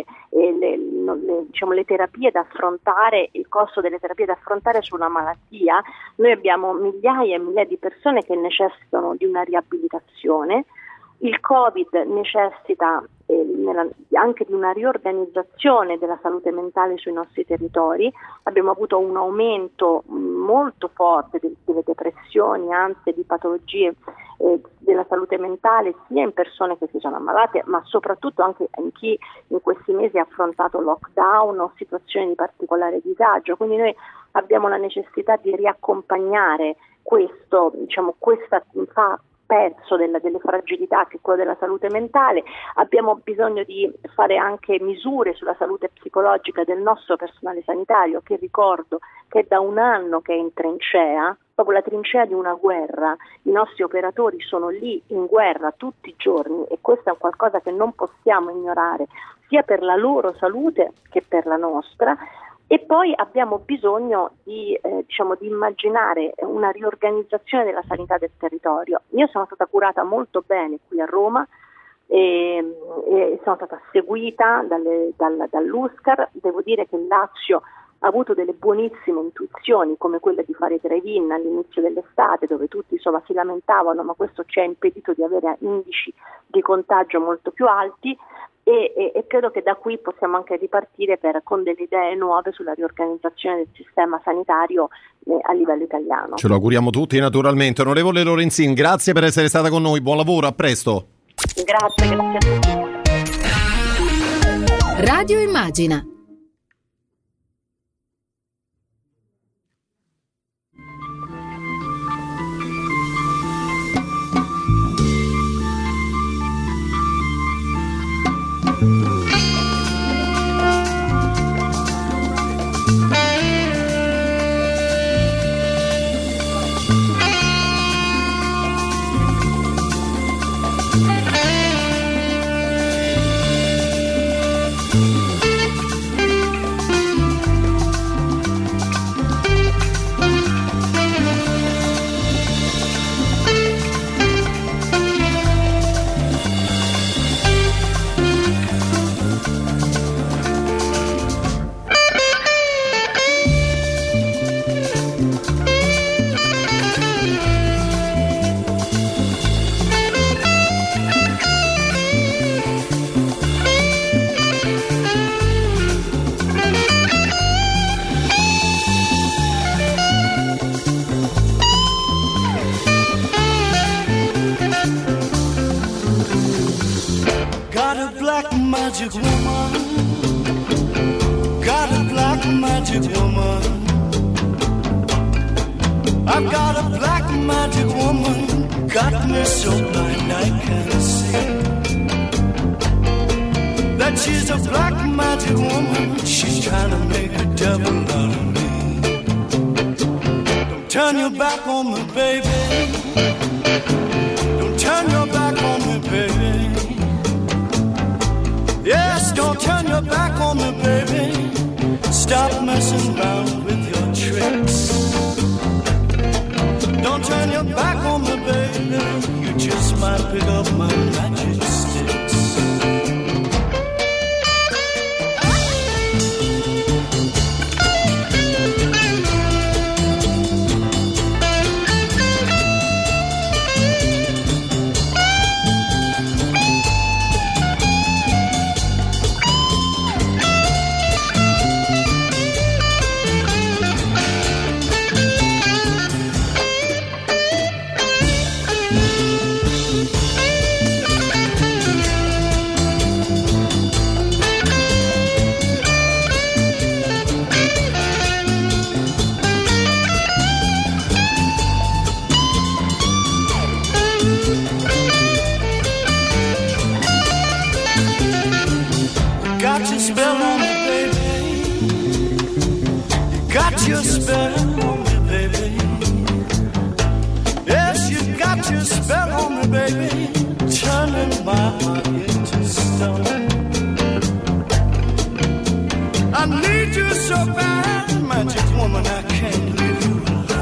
S6: le terapie da affrontare, il costo delle terapie da affrontare su una malattia. Noi abbiamo migliaia e migliaia di persone che necessitano di una riabilitazione. Il Covid necessita anche di una riorganizzazione della salute mentale sui nostri territori. Abbiamo avuto un aumento molto forte delle depressioni, ansie, di patologie della salute mentale, sia in persone che si sono ammalate, ma soprattutto anche in chi in questi mesi ha affrontato lockdown o situazioni di particolare disagio. Quindi noi abbiamo la necessità di riaccompagnare questa pezzo delle fragilità, che è quello della salute mentale. Abbiamo bisogno di fare anche misure sulla salute psicologica del nostro personale sanitario, che ricordo che è da un anno che è in trincea, proprio la trincea di una guerra. I nostri operatori sono lì in guerra tutti i giorni e questo è qualcosa che non possiamo ignorare, sia per la loro salute che per la nostra. E poi abbiamo bisogno di immaginare una riorganizzazione della sanità del territorio. Io sono stata curata molto bene qui a Roma e sono stata seguita dall'USCAR. Devo dire che il Lazio ha avuto delle buonissime intuizioni, come quella di fare drive-in all'inizio dell'estate, dove tutti si lamentavano, ma questo ci ha impedito di avere indici di contagio molto più alti. E credo che da qui possiamo anche ripartire con delle idee nuove sulla riorganizzazione del sistema sanitario a livello italiano.
S2: Ce lo auguriamo tutti, naturalmente. Onorevole Lorenzin, grazie per essere stata con noi, buon lavoro, a presto.
S6: Grazie a tutti.
S1: Radio Immagina.
S5: Magic woman, got a black magic woman. I've got a black magic woman, got me so blind I can't see. That she's a black magic woman, she's trying to make a devil out of me. turn your back on me, baby. Don't turn your back on me, baby. Yes, don't turn your back on me, baby. Stop messing around with your tricks. Don't turn your back on me, baby. You just might pick up my magic sticks. Got your spell on me, baby. You got your spell on me, baby. Yes, you got your spell on me, baby. Turning my heart into stone. I need you so bad, magic woman, I can't leave you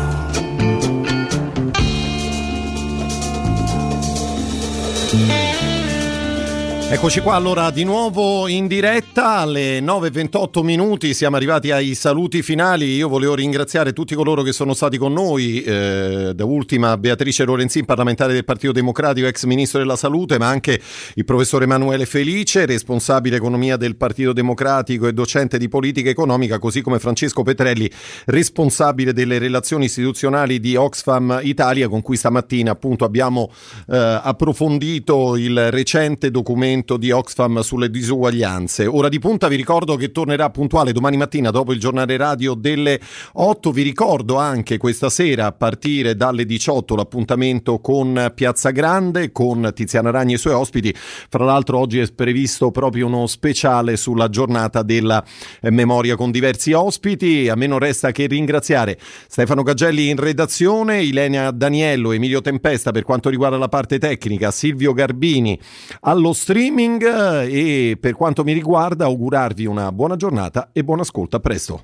S5: alone.
S2: Eccoci qua allora di nuovo in diretta alle 9:28 minuti, siamo arrivati ai saluti finali. Io volevo ringraziare tutti coloro che sono stati con noi, da ultima Beatrice Lorenzin, parlamentare del Partito Democratico, ex ministro della Salute, ma anche il professor Emanuele Felice, responsabile economia del Partito Democratico e docente di politica economica, così come Francesco Petrelli, responsabile delle relazioni istituzionali di Oxfam Italia, con cui stamattina appunto abbiamo approfondito il recente documento di Oxfam sulle disuguaglianze. Ora di punta vi ricordo che tornerà puntuale domani mattina dopo il giornale radio delle 8. Vi ricordo anche questa sera a partire dalle 18 l'appuntamento con Piazza Grande con Tiziana Ragni e i suoi ospiti. Fra l'altro oggi è previsto proprio uno speciale sulla giornata della memoria con diversi ospiti. A me non resta che ringraziare Stefano Gagelli in redazione, Ilenia Daniello, Emilio Tempesta per quanto riguarda la parte tecnica, Silvio Garbini allo streaming, e per quanto mi riguarda augurarvi una buona giornata e buon ascolto. A presto.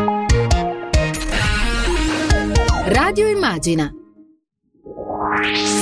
S1: Radio Immagina.